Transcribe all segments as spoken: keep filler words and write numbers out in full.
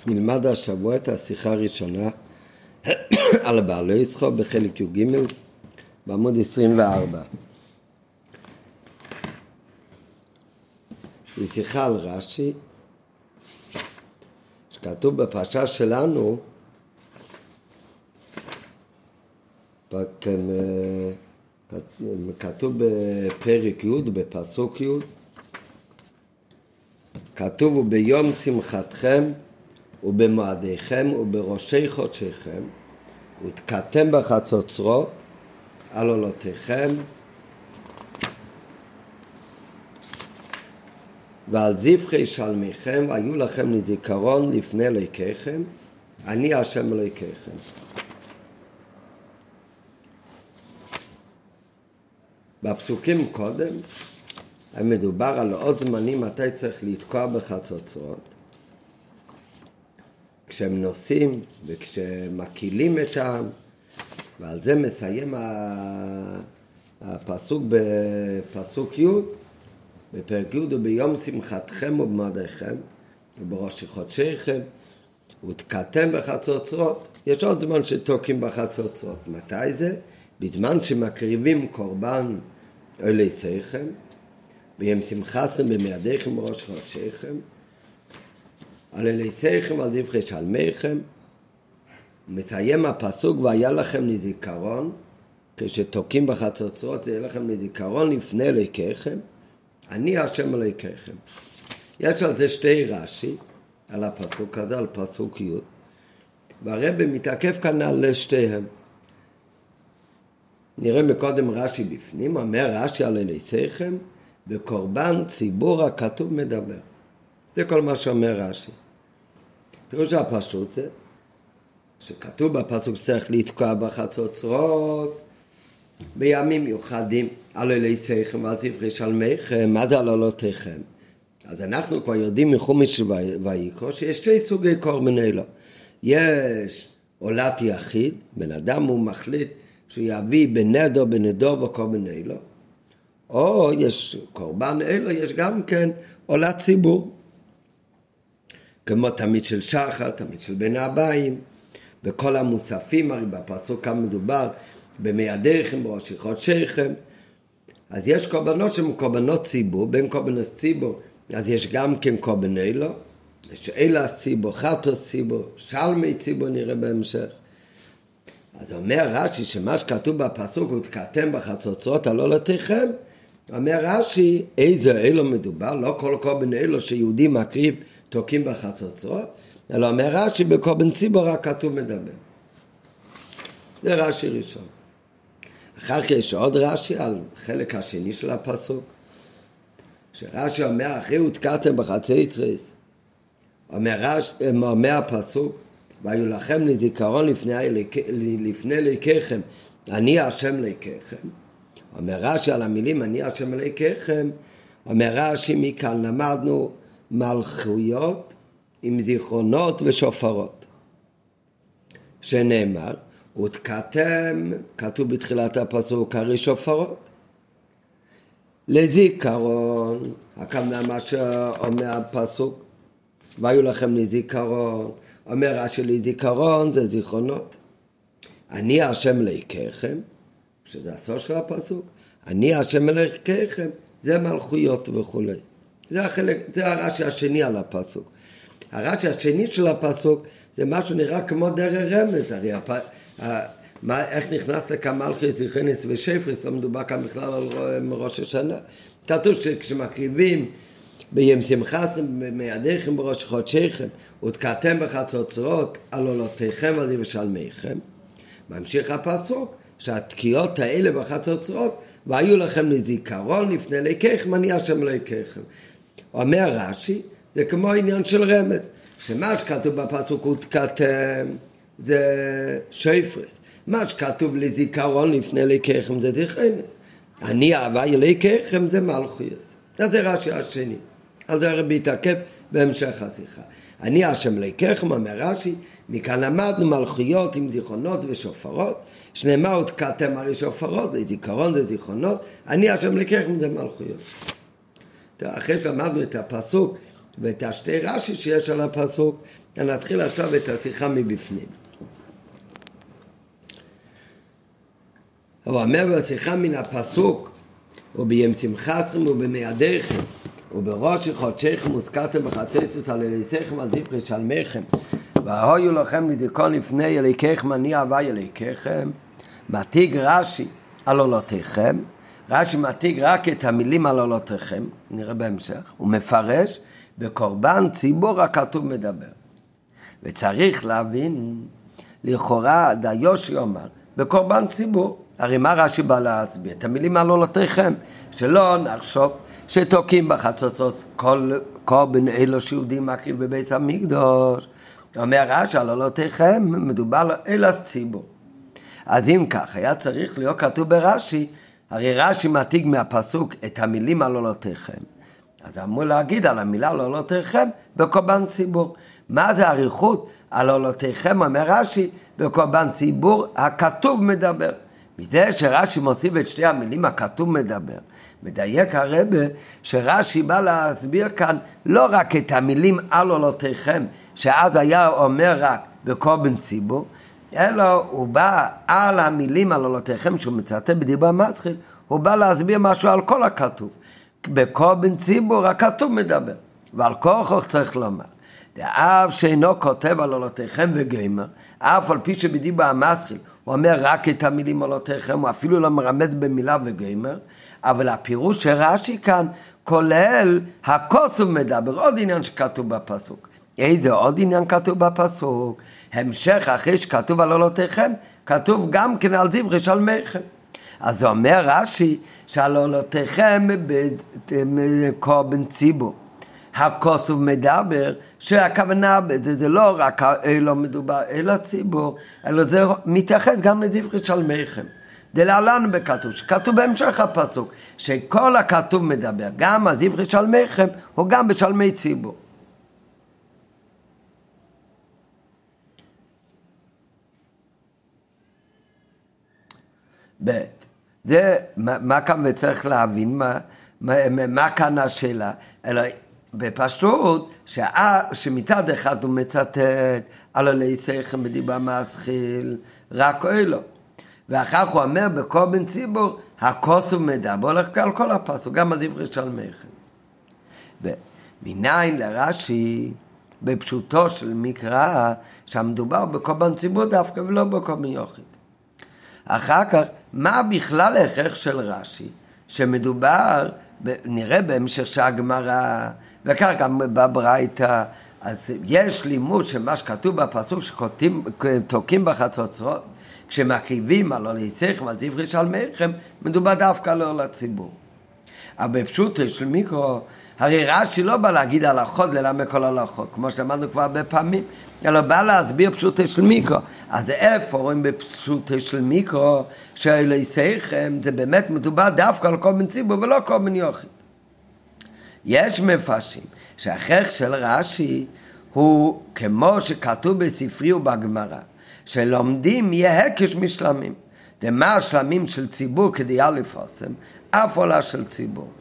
נלמד השבוע את השיחה הראשונה על בעלו יצחוק בחלק י"ג בעמוד עשרים וארבע. היא שיחה על רש"י שכתוב בפרשה שלנו כתוב בפרק י' בפסוק י', כתוב וביום שמחתכם ובמועדיכם ובראשי חודשיכם ותקעתם בחצוצרות על עולותיכם ועל זבחי שלמיכם, והיו לכם לזיכרון לפני אלוהיכם, אני השם אלוהיכם. בפסוקים קודם מדובר על עוד זמנים מתי צריך לתקוע בחצוצרות, כשהם נוסעים וכשמקילים את העם, ועל זה מסיים הפסוק בפסוק י' בפרק י' וביום שמחתכם ובמועדיכם ובראשי חודשיכם ותקעתם בחצוצרות. יש עוד זמן שתוקעים בחצוצרות. מתי זה? בזמן שמקריבים קורבן אליכם ביום שמחתכם במועדיכם ובראשי חודשיכם על אליכם ועל זבחי שלמיכם. מסיים הפסוק והיה לכם לזיכרון, כשתוקעים בחצוצרות יהיה לכם לזיכרון לפני אלוהיכם, אני השם אלוהיכם. יש על זה שתי רש"י על הפסוק הזה, על פסוק י', והרב מתעכב כאן על שתיהם. נראה מקודם רש"י בפנים, אומר רש"י על אליכם בקורבן ציבור הכתוב מדבר. זה כל מה שאומר רש"י. פירוש הפשוט זה שכתוב בפסוק שצריך לתקוע בחצוצרות בימים מיוחדים על אליכם ועל זבחי שלמיכם. מה זה על עולותיכם? אז אנחנו כבר יודעים מחומש ויקרא שיש שתי סוגי קורבני לו. יש עולת יחיד, בן אדם הוא מחליט שהוא יביא בנדר בנדור וקורבני לו, או יש קורבן אלו, יש גם כן עולת ציבור, כמו תמיד של שחר, תמיד של בין הבאים, וכל המוספים, הרי בפסוק כאן מדובר במועדיכם בראשי חודשיכם. אז יש קורבנות שהן קורבנות ציבור, בין קורבנות ציבור, אז יש גם כן קורבני לו, יש אלס ציבור, חטוס ציבור, שלמי ציבור, נראה בהמשך. אז אומר רש"י שמה שכתוב בפסוק ותקעתם בחצוצרות על עולותיכם, אומר רש"י איזה אלו מדובר, לא כל קורבן אלו שיהודי מקריב תוקעים בחצוצרות, אלא אומר רש"י בקורבן ציבור רק כתוב מדבר. זה רש"י ראשון. אחר כך יש עוד רש"י על חלק השני של הפסוק, שרש"י אומר אחרי ותקעתם בחצוצרות, אומר רש"י, אומר הפסוק והיו לכם לזיכרון לפני לפני אלוהיכם, אני השם אלוהיכם. אומר רש"י על המילים אני השם אלוהיכם, אומר רש"י מכאן למדנו מלכויות עם זיכרונות ושופרות, שנאמר ותקעתם, כתוב בתחילת הפסוק הרי שופרות לזיכרון. הכוונה מה שאומר הפסוק והיו לכם לזיכרון, אומר רש"י לזיכרון זה זיכרונות. אני השם אלוהיכם, שזה הסוף של הפסוק, אני השם אלוהיכם, זה מלכויות וכו'. זה החלק, זה הרש"י השני על הפסוק. הרש"י השני של הפסוק זה משהו נראה כמו דרך רמז. הרי הפ... מה, איך נכנס לכאן מלכות זיכרונס ושפרס, לא מדובר כאן בכלל על ראש השנה. כתוב שכשמקריבים ביום שמחתכם במועדיכם בראשי חודשיכם ותקעתם בחצוצרות על עולותיכם ועל זבחי שלמיכם, ממשיך הפסוק שהתקיעות האלה בחצוצרות והיו לכם לזיכרון לפני אלוהיכם, אני השם אלוהיכם. אומר רש"י זה כמו עניין של רמז, שמה שכתוב בפסוק ותקעתם זה שפרס, מה שכתוב לזיכרון לפני אלוהיכם זה זיכרונס, אני הווי אלוהיכם זה מלכויות. זה רש"י השני, על זה הרבי התעכב בהמשך השיחה. אני השם אלוהיכם, אומר רש"י, מכאן למדנו מלכויות עם זיכרונות ושופרות, שנאמר ותקעתם הרי שופרות, לזיכרון זה זיכרונות, אני השם אלוהיכם זה מלכויות. אחרי שלמדנו את הפסוק ואת השתי רש"י שיש על הפסוק, נתחיל עכשיו את השיחה מבפנים. הוא אומר בשיחה מן הפסוק, ובים שמחתכם ובמיידכם, ובראש חודשיכם וזכרתם בחצוצרות על אליכם על דברי שלמיכם, והיו לכם לזיכרון לפני אלוהיכם, אני אהבי אלוהיכם. מתיג רש"י על עולותיכם, רש"י מתיג רק את המילים על עולותיכם, נראה בהמשך, הוא מפרש בקורבן ציבור הכתוב מדבר. וצריך להבין, לכאורה דיוש יאמר, בקורבן ציבור, הרי מה רש"י בא להסביר? את המילים על עולותיכם, שלא נחשוב שתוקים בחצוצרות כל קורבן אלו שיהודים מקריב בבית המקדוש. אומר רש"י על עולותיכם, מדובר אל הציבור. אז אם כך, היה צריך להיות כתוב ברש"י, הרי רש"י מתיג מהפסוק את המילים על עולותיכם. אז אמור להגיד על המילה על עולותיכם בקורבן ציבור. מה זה אריכות? על עולותיכם, אומר רש"י, בקורבן ציבור הכתוב מדבר. מזה שרש"י מוסיף את שתי המילים הכתוב מדבר. מדייק הרבה שרש"י בא להסביר כאן לא רק את המילים על עולותיכם, שאז היה אומר רק בקורבן ציבור, אלא הוא בא על המילים על עולותיכם, שהוא מצטט בדיבור מתחיל, הוא בא להסביר משהו על כל הכתוב. בקורבן ציבור הכתוב מדבר, ועל כורחו צריך לומר. דאב שאינו כותב על עולותיכם וגמר, אף על פי שבדיבור המתחיל, הוא אומר רק את המילים על עולותיכם, הוא אפילו לא מרמז במילה וגמר, אבל הפירוש שרש"י כאן כולל הכוסוב מדבר, עוד עניין שכתוב בפסוק. איזה עוד עניין כתוב בפסוק? המשך אחרי שכתוב על עולותיכם, כתוב גם כן על דברי שלמיכם. אז אומר רש"י שעל עולותיכם בקורבן ציבור. הכוסוב מדבר, שהכוונה בזה זה לא רק אלו מדובר אל הציבור, אלא זה מתייחס גם לדברי שלמיכם. דלהלן בכתוב, שכתוב בהמשך הפסוק, שכל הכתוב מדבר, גם על דברי שלמיכם, הוא גם בשלמי ציבור. ב' זה מה, מה כאן וצריך להבין, מה, מה, מה כאן השאלה, אלא בפשוט שעה, שמצד אחד הוא מצטט על אליכם בדיבור מתחיל רק אלו, ואחר הוא אומר בקורבן ציבור הכוסוב מדבר, הולך על כל הפסוק, גם על דברי שלמיכם. ומניין לרש"י בפשוטו של מקרא שהמדובר בקורבן ציבור דווקא ולא בקורבן יחיד. אחר כך, מה בכלל ההכרח של רש"י? שמדובר, נראה בהמשך שהגמרא, וכך גם בברייתא, אז יש לימוד שמה שכתוב בפסוק שתוקים בחצוצרות, כשמקריבים על עולותיכם על דברי שלמיכם, מדובר דווקא לא לציבור. אבל בפשוט של מיקרו, הרי רש"י לא בא להגיד הלכות ללמד כל הלכות, כמו שאמרנו כבר הרבה פעמים, אלא בא להסביר פשוטו של מיקרו. אז איפה רואים בפשוטו של מיקרו שאליכם זה באמת מדובר דווקא על קורבן ציבור ולא קורבן יחיד. יש מפרשים שההכרח של רש"י הוא כמו שכתוב בספרי ובגמרא, שלומדים יהיה הקש משלמים. ומה השלמים של ציבור כדי לפרסם? אף עולה של ציבור.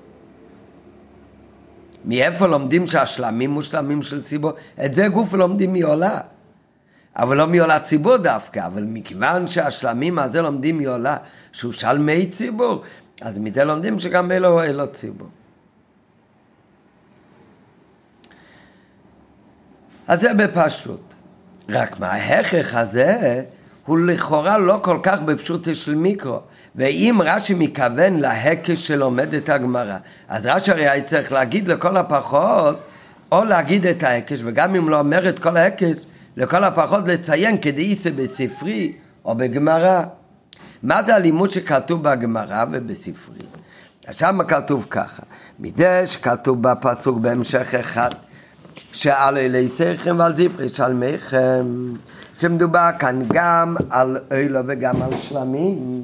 מאיפה לומדים שהשלמים הוא שלמים של ציבור? את זה גוף לומדים מעולה. אבל לא מעולה ציבור דווקא, אבל מכיוון שהשלמים הזה לומדים מעולה, שהוא שלמי ציבור, אז מזה לומדים שגם אלו הוא אלו ציבור. אז זה בפשוט. רק מה ההכרח הזה הוא לכאורה לא כל כך בפשוט של מיקרו. ואם רש"י מכוון להקש שלומד את הגמרא, אז רש"י הרי היה צריך להגיד לכל הפחות, או להגיד את ההקש, וגם אם לא אומר את כל ההקש, לכל הפחות לציין כדאיסה בספרי או בגמרא. מה זה הלימוד שכתוב בגמרא ובספרי? שם כתוב ככה, מזה שכתוב בפסוק בהמשך אחד, שעל אליכם ועל דברי שלמיכם, שמדובר כאן גם על אלו וגם על שלמים.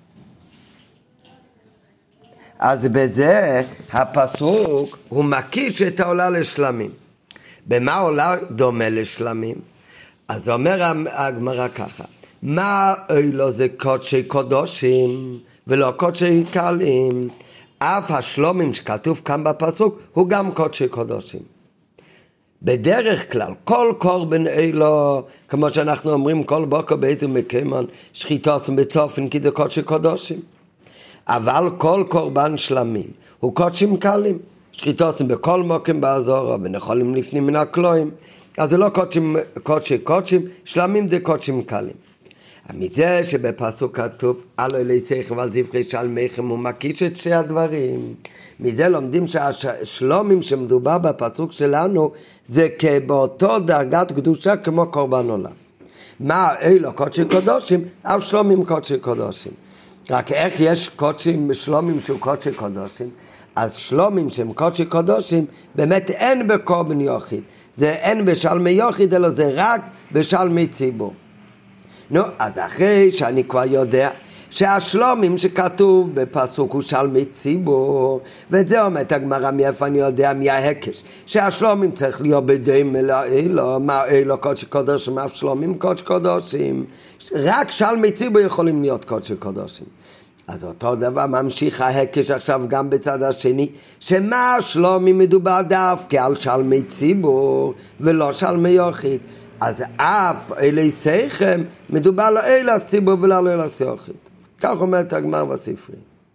אז בזה הפסוק הוא מקיש את העולה לשלמים. במה עולה דומה לשלמים? אז אומר הגמרא ככה, מה אלו זה קודשי קודשים ולא קודשי קלים? אף השלומים שכתוב כאן בפסוק הוא גם קודשי קודשים. בדרך כלל, כל קורבן אלו, כמו שאנחנו אומרים, כל בוקר בית ומקיימן, שחיטות ובצופן, כי זה קודשי קודשים. אבל כל קורבן שלמים, הוא קודשים קלים. שחיטות בכל מוקם באזור, ונחולים לפנים מן הכלואים. אז זה לא קודשים, קודשי קודשים, שלמים זה קודשים קלים. מזה שבפסוק כתוב, אלו אליסייך ועל זבחי שלמיכם, הוא מקיש את שני הדברים. מזה לומדים שהשלומים שמדובר בפסוק שלנו, זה באותו דרגת קדושה כמו קורבן עולם. מה אלו קודשי קודשים? אף שלומים קודשי קודשים. רק איך יש קודשים, שלומים שהוא קודשי קודשים? אז שלומים שהם קודשי קודשים, באמת אין בקורבן יחיד. זה אין בשלמי יחיד, אלא זה רק בשלמי ציבור. נו, אז אחרי שאני כבר יודע שהשלומים שכתוב בפסוק הוא שלמי ציבור, וזה אומרת הגמרא, מאיפה אני יודע מההקש, שהשלומים צריך להיות בדומה לאלו, מה אלו קודשי קודשים, אף שלומים קודשי קודשים, רק שלמי ציבור יכולים להיות קודשי קודשים. אז אותו דבר ממשיך ההקש עכשיו גם בצד השני, שמה השלומים מדובר דווקא על שלמי ציבור ולא שלמי יחיד. אז אף אליסייכם מדובר לא אל הציבור ולא אל הסיוחית. כך אומרת הגמרא בספרי.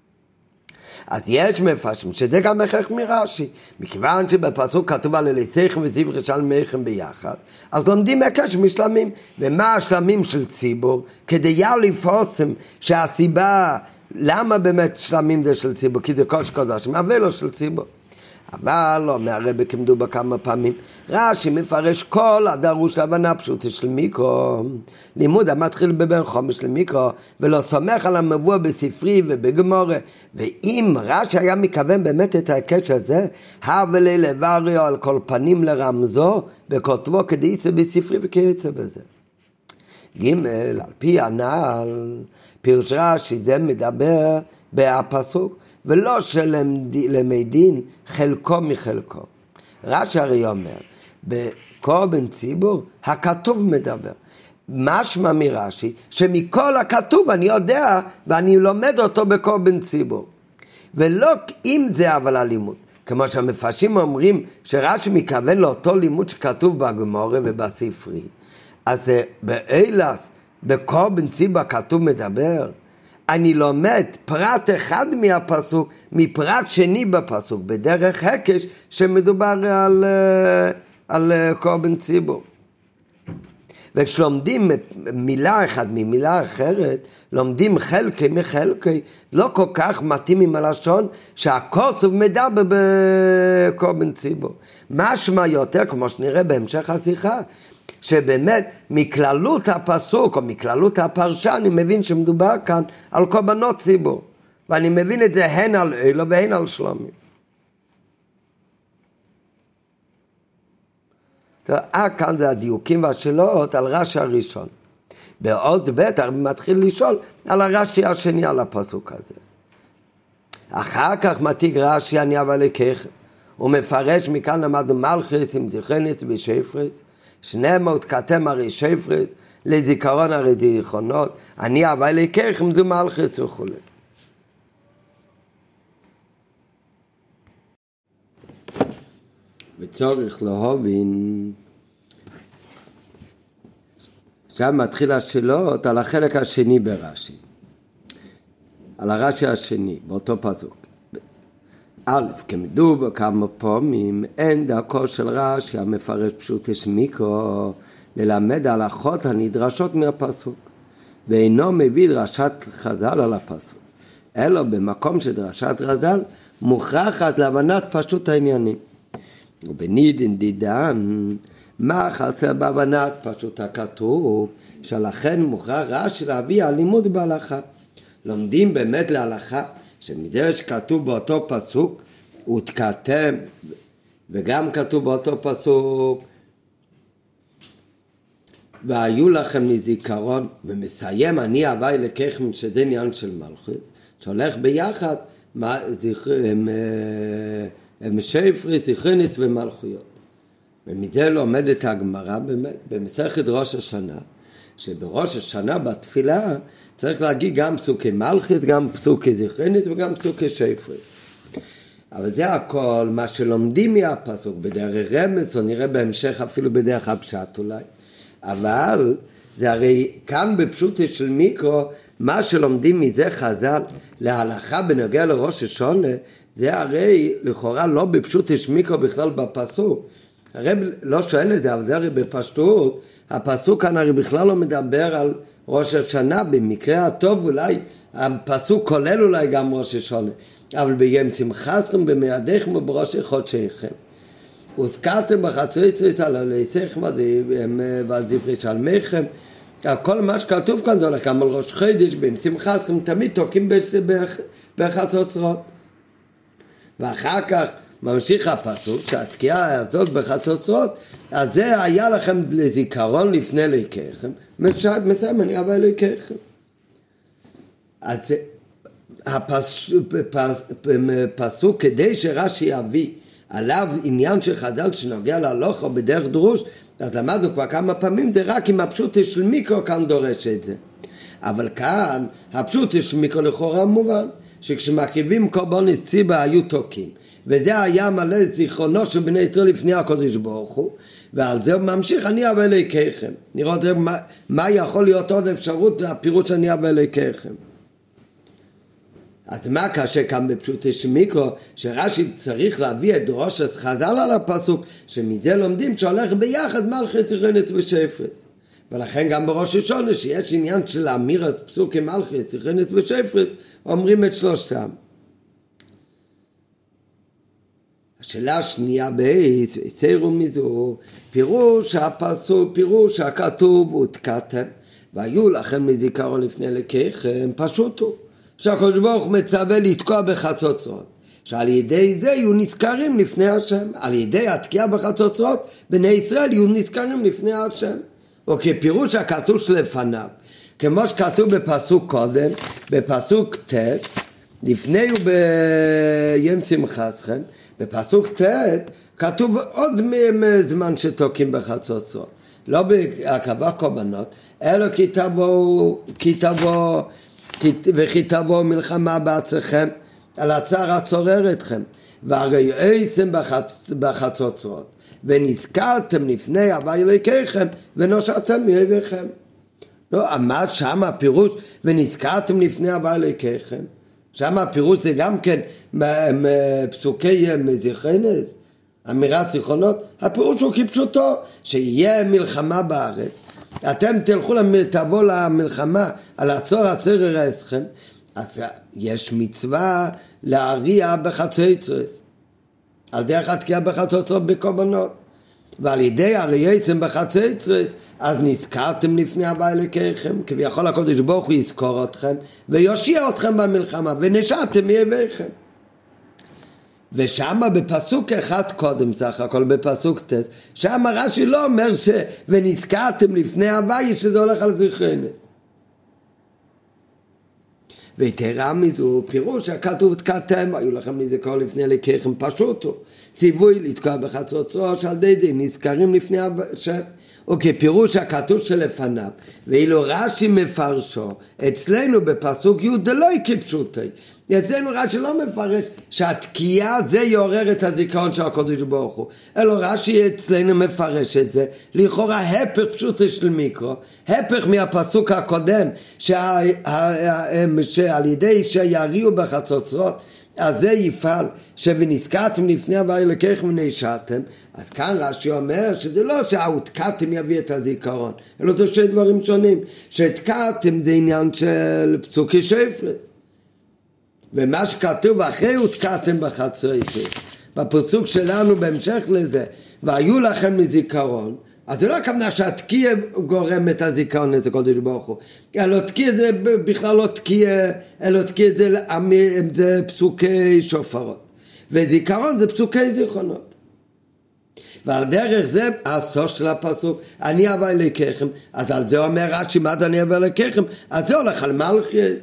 אז יש מפרשים שזה גם הכרח מרש"י, מכיוון שבפסוק כתוב על אליסייכם וזבחי שלמיכם ביחד, אז לומדים הקש משלמים. ומה השלמים של ציבור? כדי לפרסם שהסיבה למה באמת שלמים זה של ציבור, כי זה קודש קודשים, אבל לא של ציבור. אבל לא, מהרבא כמדובר כמה פעמים, רש"י מפרש כל הדרוש להבנה פשוטה של מיקרו, לימוד המתחיל בבין חומש למיקרו, ולא סומך על המבוא בספרי ובגמורה. ואם רש"י היה מכוון באמת את הקשר הזה, הבלי לבריו על כל פנים לרמזו, וכותבו כדאיצה בספרי וכייצה בזה. ג' על פי הנעל, פירוש רש"י זה מדבר בהפסוק, ולא שלמי דין חלקו מחלקו. רש"י הרי אומר, בקורבן ציבור הכתוב מדבר. משמע מרש"י שמכל הכתוב אני יודע ואני לומד אותו בקורבן ציבור. ולא אם זה אבל הלימוד. כמו שהמפרשים אומרים שרש"י מכוון לאותו לימוד שכתוב בגמרא ובספרי. אז באילס, בקורבן ציבור הכתוב מדבר. אני לומד פרט אחד מהפסוק, מפרט שני בפסוק, בדרך הקש שמדובר על, על קורבן ציבור. וכשלומדים מילה אחת ממילה אחרת, לומדים חלקי מחלקי, לא כל כך מתאים עם הלשון שהכוסף מדבר בקורבן ציבור. משמע יותר, כמו שנראה בהמשך השיחה, שבאמת מכללות הפסוק או מכללות הפרשה אני מבין שמדובר כאן על קורבנות ציבור, ואני מבין את זה הן על אלו והן על שלומים. אה, כאן זה הדיוקים והשאלות על רש"י הראשון. בעוד בית הרב מתחיל לשאול על הרש"י השני על הפסוק הזה. אחר כך מתיק רש"י אני אבל לקח, הוא מפרש מכאן למדנו מלכיס עם זיכרונס ושפרס, שני מאות כתם הרי שפרס, לזיכרון הרי זיכרונות, אני אבל לקח עם זו מלכיס וכו'. וצורך להבין, עכשיו מתחיל השאלות על החלק השני ברש"י, על הרש"י השני, באותו פסוק. א', כמדובר כמה פעמים, אין דרכו של רש"י המפרש פשוטי מיקרו ללמד הלכות הנדרשות מהפסוק, ואינו מביא דרשת חז"ל על הפסוק, אלא במקום שדרשת חז"ל מוכרחת להבנת פשוט העניינים. ובנידין דידן, מה חסר בהבנת פשוט הכתוב, שלכן מוכרח רש"י להביא הלימוד בהלכה. לומדים באמת להלכה, שמזה שכתוב באותו פסוק, הוא תכתב, וגם כתוב באותו פסוק, והיו לכם לזיכרון, ומסיים אני הווי לקחם, שזה עניין של מלכות, שהולך ביחד, הם, הם שפרי, זיכרונס ומלכויות. ומזה לומדת הגמרא באמת, במסכת ראש השנה, שבראש השנה בתפילה צריך להגיד גם פסוקי מלכות, גם פסוקי זיכרונס וגם פסוקי שפרי. אבל זה הכל מה שלומדים מהפסוק, בדרך רמז, או נראה בהמשך אפילו בדרך הפשט אולי. אבל זה הרי כאן בפשוט של מיקרו, מה שלומדים מזה חז"ל להלכה בנוגע לראש השונה, זה הרי לכאורה לא בפשוט של מיקרו בכלל בפסוק. הרב לא שואל את זה, אבל זה הרי בפשטות, הפסוק כאן הרי בכלל לא מדבר על ראש השנה, במקרה הטוב אולי, הפסוק כולל אולי גם ראש השונה, אבל ביום שמחתכם במועדיכם ובראש חודשיכם. הוזכרתם בחצי צריץ על הליציכם ועל זברי שלמיכם, כל מה שכתוב כאן זה הולך גם על ראש חודש, ביום שמחתכם תמיד תוקים בחצוצרות. ואחר כך ממשיך הפסוק שהתקיעה הזאת בחצוצרות, אז זה היה לכם לזיכרון לפני אלוהיכם, מסיים אני אבא אלוהיכם. אז הפסוק כדי שרש"י יביא עליו עניין של חז"ל שנוגע להלכה בדרך דרוש, אז למדנו כבר כמה פעמים, זה רק אם הפשוט של מיקרו כאן דורש את זה. אבל כאן הפשוט של מיקרו לכאורה מובן, שכשמקריבים קורבנות ציבה היו תוקים, וזה היה מלא זיכרונו של בני ישראל לפני הקדוש ברוך הוא, ועל זה הוא ממשיך אני אבא אלוהיכם. נראות מה, מה יכול להיות עוד אפשרות הפירוש אני אבא אלוהיכם. אז מה קשה כאן בפשוט של מיקרו, שרש"י צריך להביא את דרושת חז"ל על הפסוק, שמזה לומדים שהולך ביחד מלכי ציכרונס ושפרס. ולכן גם בראש השונה שיש עניין של אמירת פסוק עם מלכי ציכרונס ושפרס, אומרים את שלושתם. השאלה השנייה בית, ציירו מזו, פירוש הפסוק, פירוש הכתוב ותקעתם, והיו לכם לזיכרון לפני אלוהיכם, פשוט הוא. שהקדוש ברוך הוא מצווה לתקוע בחצוצרות, שעל ידי זה יהיו נזכרים לפני השם, על ידי התקיעה בחצוצרות, בני ישראל יהיו נזכרים לפני השם. או כפירוש הכתוב שלפניו, כמו שכתוב בפסוק קודם, בפסוק ט', לפני וביום שמחתכם, בפסוק ט' כתוב עוד זמן שתוקים בחצוצרות, לא בהקרבת קורבנות, אלא כי תבואו, כי תבואו, וכי תבואו מלחמה בארצכם, על הצער הצורר אתכם, והרי הייתם בחצוצרות, ונזכרתם לפני הווי אלוהיכם, ונושעתם מאויביכם. לא, מה שם הפירוש, ונזכרתם לפני הווי אלוהיכם? שם הפירוש זה גם כן פסוקי זיכרונס, אמירת זיכרונות. הפירוש הוא כפשוטו, שיהיה מלחמה בארץ. אתם תלכו, תבוא למלחמה, על הצור הצורר אתכם, אז יש מצווה להריע בחצוצרות, על דרך התקיעה בחצוצרות בקורבנות, ועל ידי הריעתם בחצוצרות, אז נזכרתם לפני הווי אלוהיכם, כביכול הקדוש ברוך הוא יזכור אתכם, ויושיע אתכם במלחמה, ונשעתם מאויביכם. ושם בפסוק אחד קודם, סך הכל בפסוק ט', שם רש"י לא אומר ש... ונזכרתם לפני הווי, שזה הולך על זיכרונס. ויתרה מזו, פירוש הכתוב תקעתם, היו לכם לזכור לפני אלוהיכם, פשוט הוא ציווי לתקוע בחצוצרות, שעל ידי זה נזכרים לפני השם, וכפירוש הכתוב שלפניו. ואילו רש"י מפרשו אצלנו בפסוק י' דלוי כפשוטי, אצלנו רש"י לא מפרש שהתקיעה זה יעורר את הזיכרון של הקדוש ברוך הוא, אלא רש"י אצלנו מפרש את זה לכאורה הפך פשוט של מיקרו, הפך מהפסוק הקודם שה, שעל ידי שיריעו בחצוצרות אז זה יפעל שוונזכרתם לפני הווי אלוהיכם ונשעתם. אז כאן רש"י אומר שזה לא שהותקעתם יביא את הזיכרון, אלא זה שני דברים שונים. שהתקעתם זה עניין של פסוקי שפרס, ומה שכתוב אחרי הותקעתם בחצוצרות, בפסוק שלנו בהמשך לזה והיו לכם לזיכרון, אז זה לא הכוונה שהתקיעה גורם את הזיכרון את הקדוש ברוך הוא, אלא תקיעה זה בכלל לא תקיעה, אלא תקיעה זה, זה פסוקי שופרות, וזיכרון זה פסוקי זיכרונות. ועל דרך זה הסוף של הפסוק אני אבא אלוהיכם, אז על זה אומר רש"י מה זה אני אבא אלוהיכם, אז זה הולך על מלכיאס,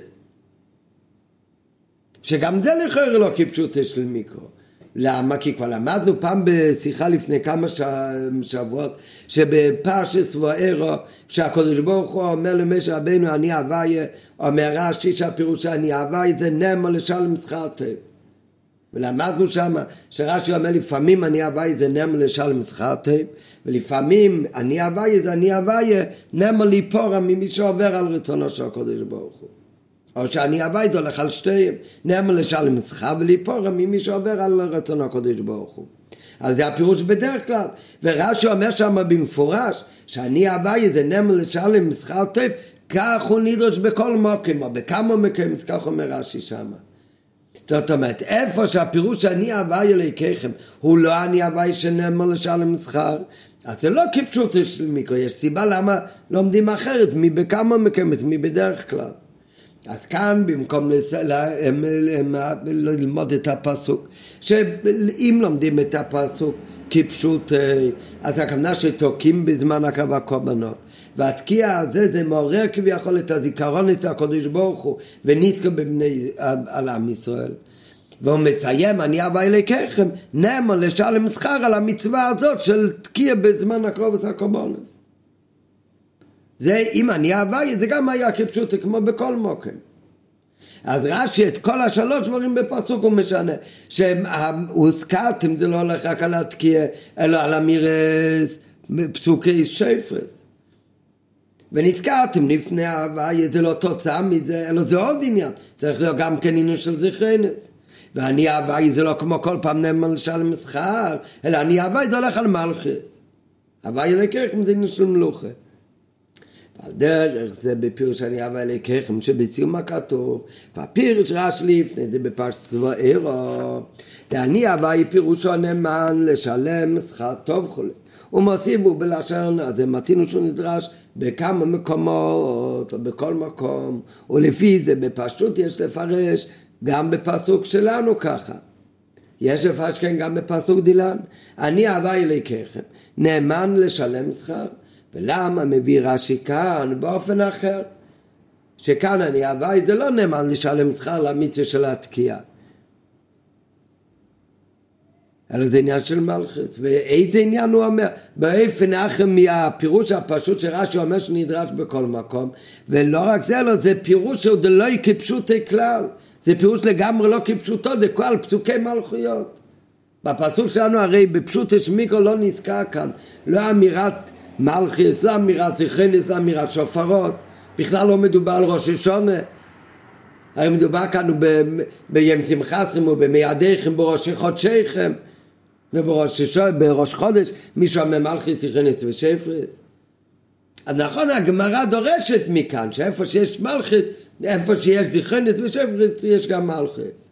שגם זה לכאורה לא כפשוטו של מיקרו. למה? כי כבר למדנו פעם בשיחה לפני כמה שבועות, שבפרשת וערו, שהקדוש ברוך הוא אומר למשה רבנו אני אביה, אומר רש"י שהפירוש אני אביה זה נאמר לשלם שכר טוב. ולמדנו שם שרש"י אומר לפעמים אני הוויה זה נאמר לשלם שכר טוב, ולפעמים אני הוויה זה אני הוויה נאמר ליפורע ממי שעובר על רצונו של הקדוש ברוך הוא. או שאני הוויה זה הולך על שתיהם, נאמר לשלם שכר וליפורע ממי שעובר על רצונו הקדוש ברוך הוא. אז זה הפירוש בדרך כלל, ורש"י אומר שם במפורש שאני הוויה זה נאמר לשלם שכר טוב, כך הוא נדרש בכל מקום, או בכמה מקום, כך אומר רש"י שם. זאת אומרת, איפה שהפירוש שאני הוויה אלוהיכם הוא לא אני הוויה שנאמר לשלם שכר, אז זה לא כפשוט של מיקרו, יש סיבה למה לומדים אחרת, מבכמה מקומות, מבדרך כלל. אז כאן במקום ללמוד את הפסוק, שאם לומדים את הפסוק כפשוט, אז הכוונה שתוקים בזמן הקרבה קורבנות, והתקיע הזה זה מעורר כביכול את הזיכרון את הקדוש ברוך הוא ונזכר בבני על עם ישראל, והוא מסיים אני הוויה אלוהיכם נאמר לשלם שכר על המצווה הזאת של תקיע בזמן הקרבת הקורבנות. זה אם אני הוויה זה גם היה כפשוט כמו בכל מקום. אז רש"י את כל השלוש דברים בפסוק הוא משנה, שהוזכרתם זה לא הולך רק על התקיע אלא על אמירס פסוקי שפרס, ונזכרתם לפני ההוויה זה לא תוצאה מזה אלא זה עוד עניין, צריך להיות גם כן עניין של זכרנס. ואני הוויה זה לא כמו כל פעם נאמר לשלם שכר, אלא אני הוויה זה הולך על מלכות, הוויה אלוהיכם זה עניין של מלוכה. על דרך זה בפירוש אני הוויה אלוהיכם שבסיום הכתוב, והפירוש רש"י לפני זה בפרשת וערו, ואני הוויה פירושו נאמן לשלם שכר טוב וכו'. הוא מוסיף בלשון, אז מצינו שהוא נדרש בכמה מקומות או בכל מקום, ולפי זה בפשטות יש לפרש גם בפסוק שלנו ככה. יש לפרש כן גם בפסוק דילן, אני הוויה אלוהיכם נאמן לשלם שכר. ולמה מביא רש"י כאן באופן אחר, שכאן אני הוויה זה לא נאמן לשלם שכר למצווה של התקיעה, אלא זה עניין של מלכות. ואיזה עניין הוא אומר? באופן אחר מהפירוש הפשוט שרש"י אומר שנדרש בכל מקום, ולא רק זה, אלא זה פירוש שהוא לא כפשוטי כלל, זה פירוש לגמרי לא כפשוטו, זה כל פסוקי מלכויות. בפסוק שלנו הרי בפשוט שמיקרו לא נזכר כאן, לא אמירת מלכות, לא אמירת זכרנס, לא אמירת שופרות, בכלל לא מדובר על ראש השונה, הרי מדובר כאן ביום שמחתכם ובמיידיכם בראש חודשיכם, ובראש בראש חודש מישהו אומר מלכות, זכרנס ושפרס. אז נכון, הגמרא דורשת מכאן שאיפה שיש מלכות, איפה שיש זכרנס ושפרס יש גם מלכות.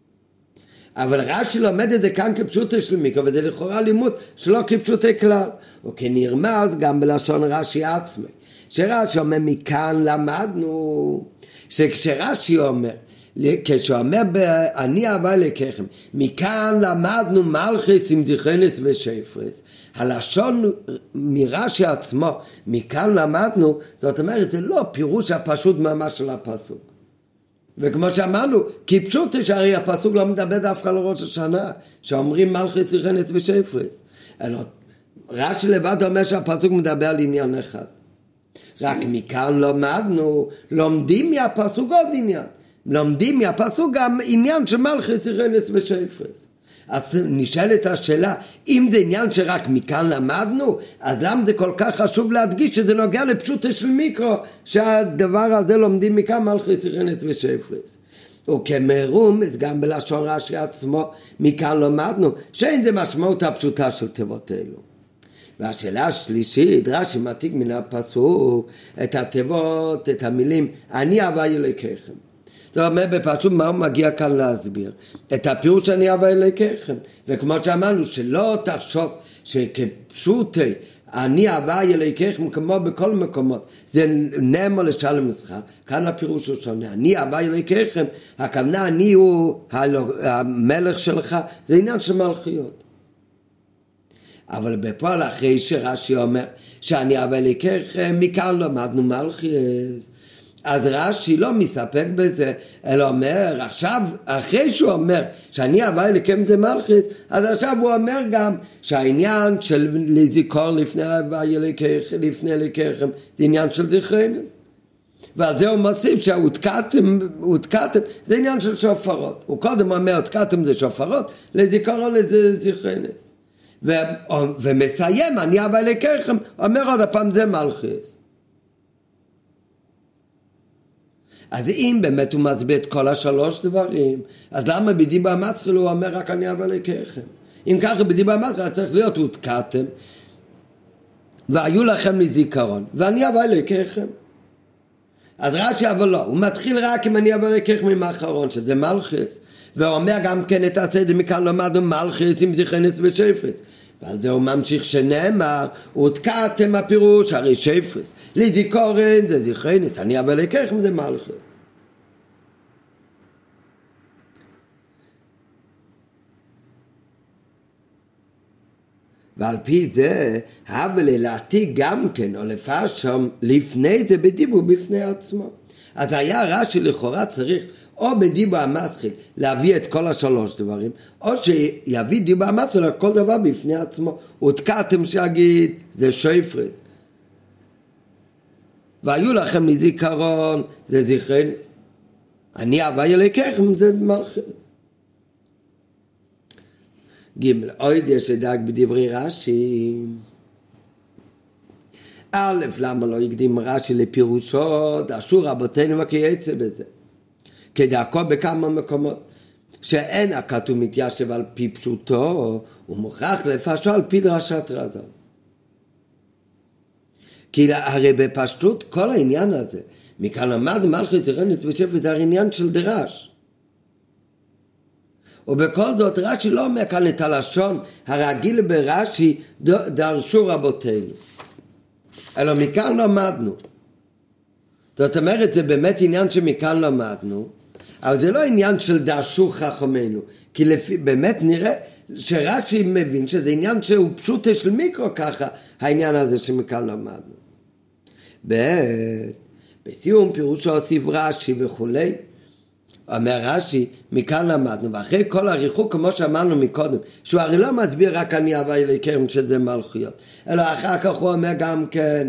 אבל רש"י לומד את זה כאן כפשוטו של מיקרו, וזה לכאורה לימוד שלא כפשוטי כלל, וכנרמז גם בלשון רש"י עצמי, שרש"י אומר מכאן למדנו, שכשרש"י אומר, כשהוא אומר אני הוויה אלוהיכם, מכאן למדנו מלכות עם זכרנס ושפרס, הלשון מרש"י עצמו, מכאן למדנו, זאת אומרת זה לא פירוש הפשוט ממש של הפסוק. וכמו שאמרנו, כי פשוט שהרי הפסוק לא מדבר דווקא על ראש השנה, שאומרים מלכות, זכרנס ושפרס. אלא רש"י לבד אומר שהפסוק מדבר על עניין אחד. רק מכאן למדנו, לומדים מהפסוק עוד עניין. לומדים מהפסוק גם עניין של מלכות, זכרנס ושפרס. אז נשאלת השאלה, אם זה עניין שרק מכאן למדנו, אז למה זה כל כך חשוב להדגיש שזה נוגע לפשוטו של מיקרו, שהדבר הזה לומדים מכאן מלכות, זכרנס ושפרס. וכמרום, גם בלשון רש"י עצמו, מכאן למדנו, שאין זה משמעות הפשוטה של תיבות אלו. והשאלה השלישית, רש"י מעתיק מן הפסוק את התיבות, את המילים, אני הוויה אלוהיכם. זאת אומרת בפשוט מה הוא מגיע כאן להסביר? את הפירוש אני הוויה אלוהיכם. וכמו שאמרנו, שלא תחשוב שכפשוט אני הוויה אלוהיכם כמו בכל מקומות, זה נאמר לשלם שכר. כאן הפירוש הוא שונה. אני הוויה אלוהיכם, הכוונה אני הוא המלך שלך, זה עניין של מלכויות. אבל בפועל אחרי שרש"י אומר שאני הוויה אלוהיכם, מכאן למדנו מלכות. אז רש"י לא מספק בזה, אלא אומר, עכשיו, אחרי שהוא אומר שאני הוויה אלוהיכם זה מלכות, אז עכשיו הוא אומר גם שהעניין של לזכור לפני הוויה אלוהיכם, לפני אלוהיכם, זה עניין של זכרנס. ועל זה הוא מוסיף שהותקעתם, הותקעתם, זה עניין של שופרות. הוא קודם אומר, הותקעתם זה שופרות, לזיכרון לזה זכרנס. ו, ומסיים, אני אבא אלוקיכם, אומר עוד הפעם זה מלכוס. אז אם באמת הוא מסביר את כל השלוש דברים, אז למה בדיבור המתחיל הוא אומר רק אני אבא אלוקיכם? אם ככה בדיבור המתחיל צריך להיות הותקעתם, והיו לכם לזיכרון, ואני אבא אלוקיכם. אז רש"י אבל לא, הוא מתחיל רק אם אני אבא אלוקיכם עם האחרון, שזה מלכוס, והוא אומר גם כן את הסדר מכאן למדנו מלכוס עם זכרנס ושפרס. ועל זה הוא ממשיך שנאמר, הותקעתם הפירוש, הרי שפרס, לזיכרון זה זכרנס, אני אבא אלוקיכם זה מלכוס. ועל פי זה, אבל להעתיק גם כן, או לפרשם, לפני זה בדיבור בפני עצמו. אז היה רש"י לכאורה צריך, או בדיבור המתחיל, להביא את כל השלוש דברים, או שיביא דיבור המתחיל על כל דבר בפני עצמו. הותקעתם שיגיד, זה שפרס. והיו לכם לזיכרון, זה זכרנס. אני אבא אלוקיכם, זה מלכוס. ג' עוד יש לדאג בדברי רש"י. א', למה לא יקדים רש"י לפירושו, דרשו רבותינו וכייצא בזה. כדרכו בכמה מקומות, שאין הכתוב מתיישב על פי פשוטו, הוא מוכרח לפרשו על פי דרשת רז"ל. כי הרי בפשטות כל העניין הזה, מכאן למד מלכוס זכרנס ושפרס, זה העניין של דרש. ובכל זאת רש"י לא אומר כאן את הלשון הרגיל ברש"י דרשו רבותינו, אלא מכאן למדנו. זאת אומרת זה באמת עניין שמכאן למדנו, אבל זה לא עניין של דרשו חכמינו, כי לפי, באמת נראה שרש"י מבין שזה עניין שהוא פשוט של מיקרו ככה, העניין הזה שמכאן למדנו. בסיום פירושו הוסיף רש"י וכולי, אומר רש"י, מכאן למדנו, ואחרי כל הריחוק, כמו שאמרנו מקודם, שהוא הרי לא מסביר רק אני אבא אלוקיכם שזה מלכויות, אלא אחר כך הוא אומר גם כן,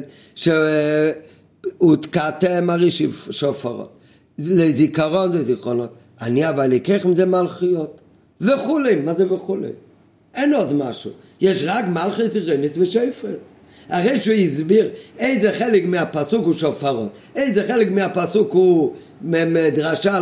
שהותקעתם הרי שופרות, לזיכרון וזיכרונות, אני אבא אלוקיכם זה מלכויות, וכולי, מה זה וכולי? אין עוד משהו, יש רק מלכות זכרנס ושפרס. אחרי שהוא הסביר איזה חלק מהפסוק הוא שופרות, איזה חלק מהפסוק הוא דרשה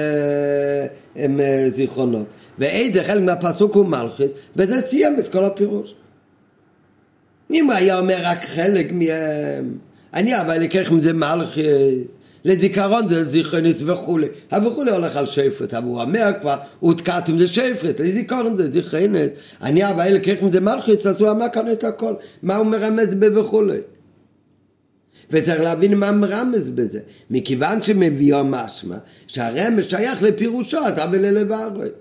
לזיכרונות, ואיזה חלק מהפסוק הוא מלכות, וזה סיים את כל הפירוש. אם היה אומר רק חלק מהם, אני אבל לקחם זה מלכות, לזיכרון זה זכרנס וכולי, וכולי הולך על שפרס, אבל הוא אומר כבר, הותקעתם זה שפרס, לזיכרון זה זכרנס, אני אבל לקחם זה מלכות, אז הוא אמר כאן את הכל, מה הוא מרמז וכולי. וצריך להבין מה מרמז בזה, מכיוון שמביאו משמע, שהרמז שייך לפירושו, אז אבל ללב הארץ.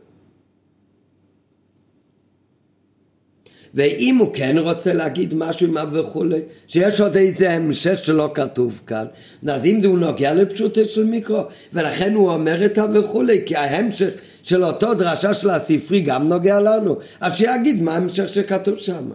ואם הוא כן רוצה להגיד משהו עם וכולי, שיש עוד איזה המשך שלא כתוב כאן, אז אם זה הוא נוגע לפשוטו של מיקרו, ולכן הוא אומר את וכולי, כי ההמשך של אותו דרשה של הספרי גם נוגע לנו, אז שיגיד מה ההמשך שכתוב שם.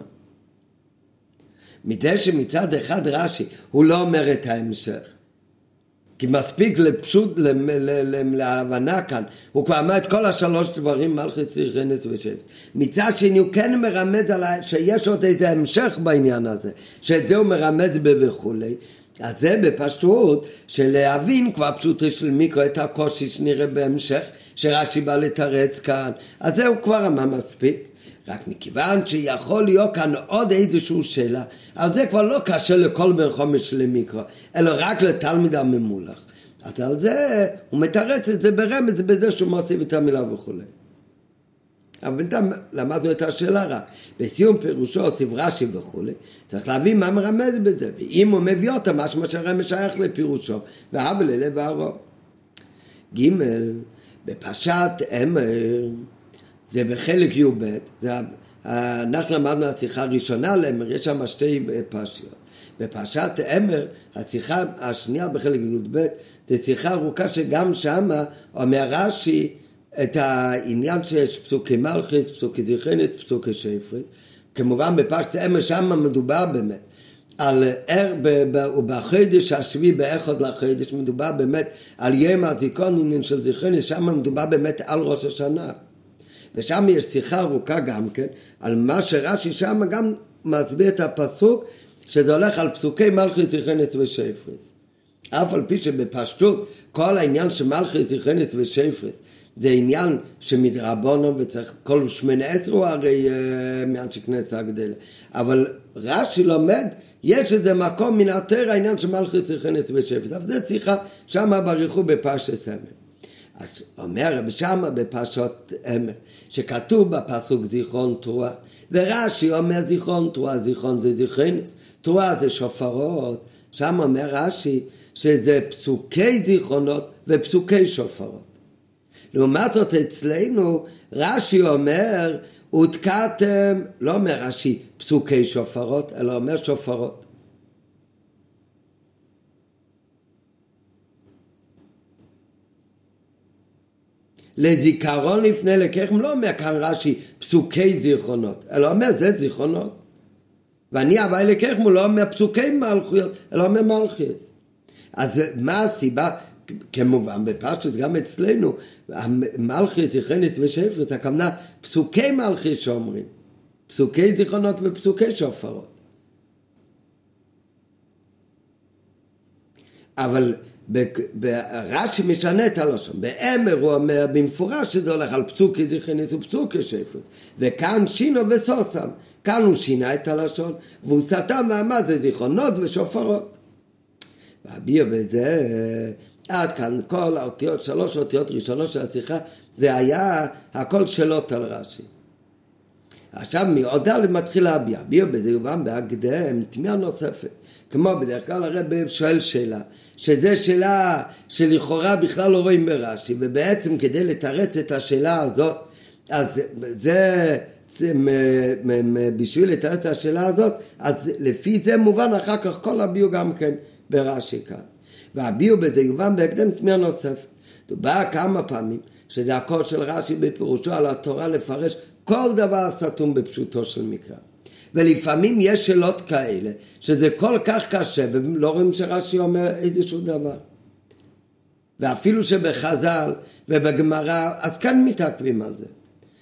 מזה שמצד אחד רש"י הוא לא אומר את ההמשך, כי מספיק לפשוט להבנה כאן, הוא כבר אמר את כל השלוש דברים מלכות זכרנס ושפרס. מצד שני הוא כן מרמז על שיש עוד איזה המשך בעניין הזה, שאת זה הוא מרמז וכולי. אז זה בפשטות של להבין כבר פשוטו של מיקרו את הקושי שנראה בהמשך, שרש"י בא לתרץ כאן, אז זה הוא כבר אמר מספיק. רק מכיוון שיכול להיות כאן עוד איזושהי שאלה, אז זה כבר לא קשה לכל בן חומש של מיקרו, אלא רק לתלמיד הממולח. אז על זה הוא מתרץ את זה ברמז בזה שהוא מוסיף את המילה וכו'. אבל בינתיים למדנו את השאלה רק. בסיום פירושו הוסיף רש"י וכו', צריך להבין מה מרמז בזה, ואם הוא מביא אותה, משמע שהרמז שייך לפירושו, והבל ללב הארון. ג' בפרשת אמר, זה בחלק י"ב, זה, אנחנו למדנו השיחה הראשונה לאמר, יש שם שתי פרשיות. בפרשת אמר, השיחה השנייה בחלק י"ב, זה שיחה ארוכה שגם שם אומר רש"י את העניין שיש פסוקי מלכות, פסוקי זכרנס, פסוקי שפרס. כמובן בפרשת אמר שם מדובר באמת על ער ובחודש השביעי באחד לחודש, מדובר באמת על יום הזיכרון, עניין של זיכרון, שם מדובר באמת על ראש השנה. ושם יש שיחה ארוכה גם כן, על מה שרש"י שם גם מצביע את הפסוק, שזה הולך על פסוקי מלכות זיכרונס ושפרס. אף על פי שבפשטות כל העניין של מלכות זיכרונס ושפרס זה עניין שמדרבנן וצריך כל שמונה עשרה הוא הרי מאנשי כנסת הגדולה, אבל רש"י לומד יש איזה מקום מן התורה העניין של מלכות זיכרונס ושפרס, אבל זה שיחה שם בריחו בפרשת אמר. אז אומר שם בפרשת אמר שכתוב בפסוק זיכרון תרועה, ורש"י אומר זיכרון תרועה, זיכרון זה זיכרונס, תרועה זה שופרות, שם אומר רש"י שזה פסוקי זיכרונות ופסוקי שופרות. לעומת זאת אצלנו רש"י אומר ותקעתם, לא אומר רש"י פסוקי שופרות, אלא אומר שופרות. לזיכרון לפני לקחם, לא אומר כאן רש"י פסוקי זיכרונות, אלא אומר זה זיכרונות. ואני אבא לקחם, הוא לא אומר פסוקי מלכויות, אלא אומר מלכויות. אז מה הסיבה? כמובן בפשטות גם אצלנו מלכות זיכרונס ושפרס, הכוונה פסוקי מלכות שאומרים, פסוקי זיכרונות ופסוקי שופרות. אבל ברש"י משנה את הלשון, באמר הוא אומר במפורש שזה הולך על פסוקי זיכרונס ופסוקי שפרס, וכאן שינו וסוסם, כאן הוא שינה את הלשון והוא סתם ואמר זה זיכרונות ושופרות. והביאו בזה עד כאן כל האותיות, שלוש אותיות ראשונות של השיחה, זה היה הכל שאלות על רש"י. עכשיו מעוד ד' מתחיל להביע, ביאו בזה יובן בהקדם תמיהה נוספת, כמו בדרך כלל הרב שואל שאלה, שזה שאלה שלכאורה בכלל לא רואים ברש"י, ובעצם כדי לתרץ את השאלה הזאת, אז זה, זה בשביל לתרץ את השאלה הזאת, אז לפי זה מובן אחר כך כל הביאו גם כן ברש"י כאן. והביאו בזה יובן בהקדם תמיהה נוספת. דובר כמה פעמים שזה הכל של רש"י בפירושו על התורה לפרש כל דבר סתום בפשוטו של מקרא. ולפעמים יש שאלות כאלה שזה כל כך קשה ולא רואים שרש"י אומר איזשהו דבר. ואפילו שבחז"ל ובגמרא אז כאן מתעכבים על זה.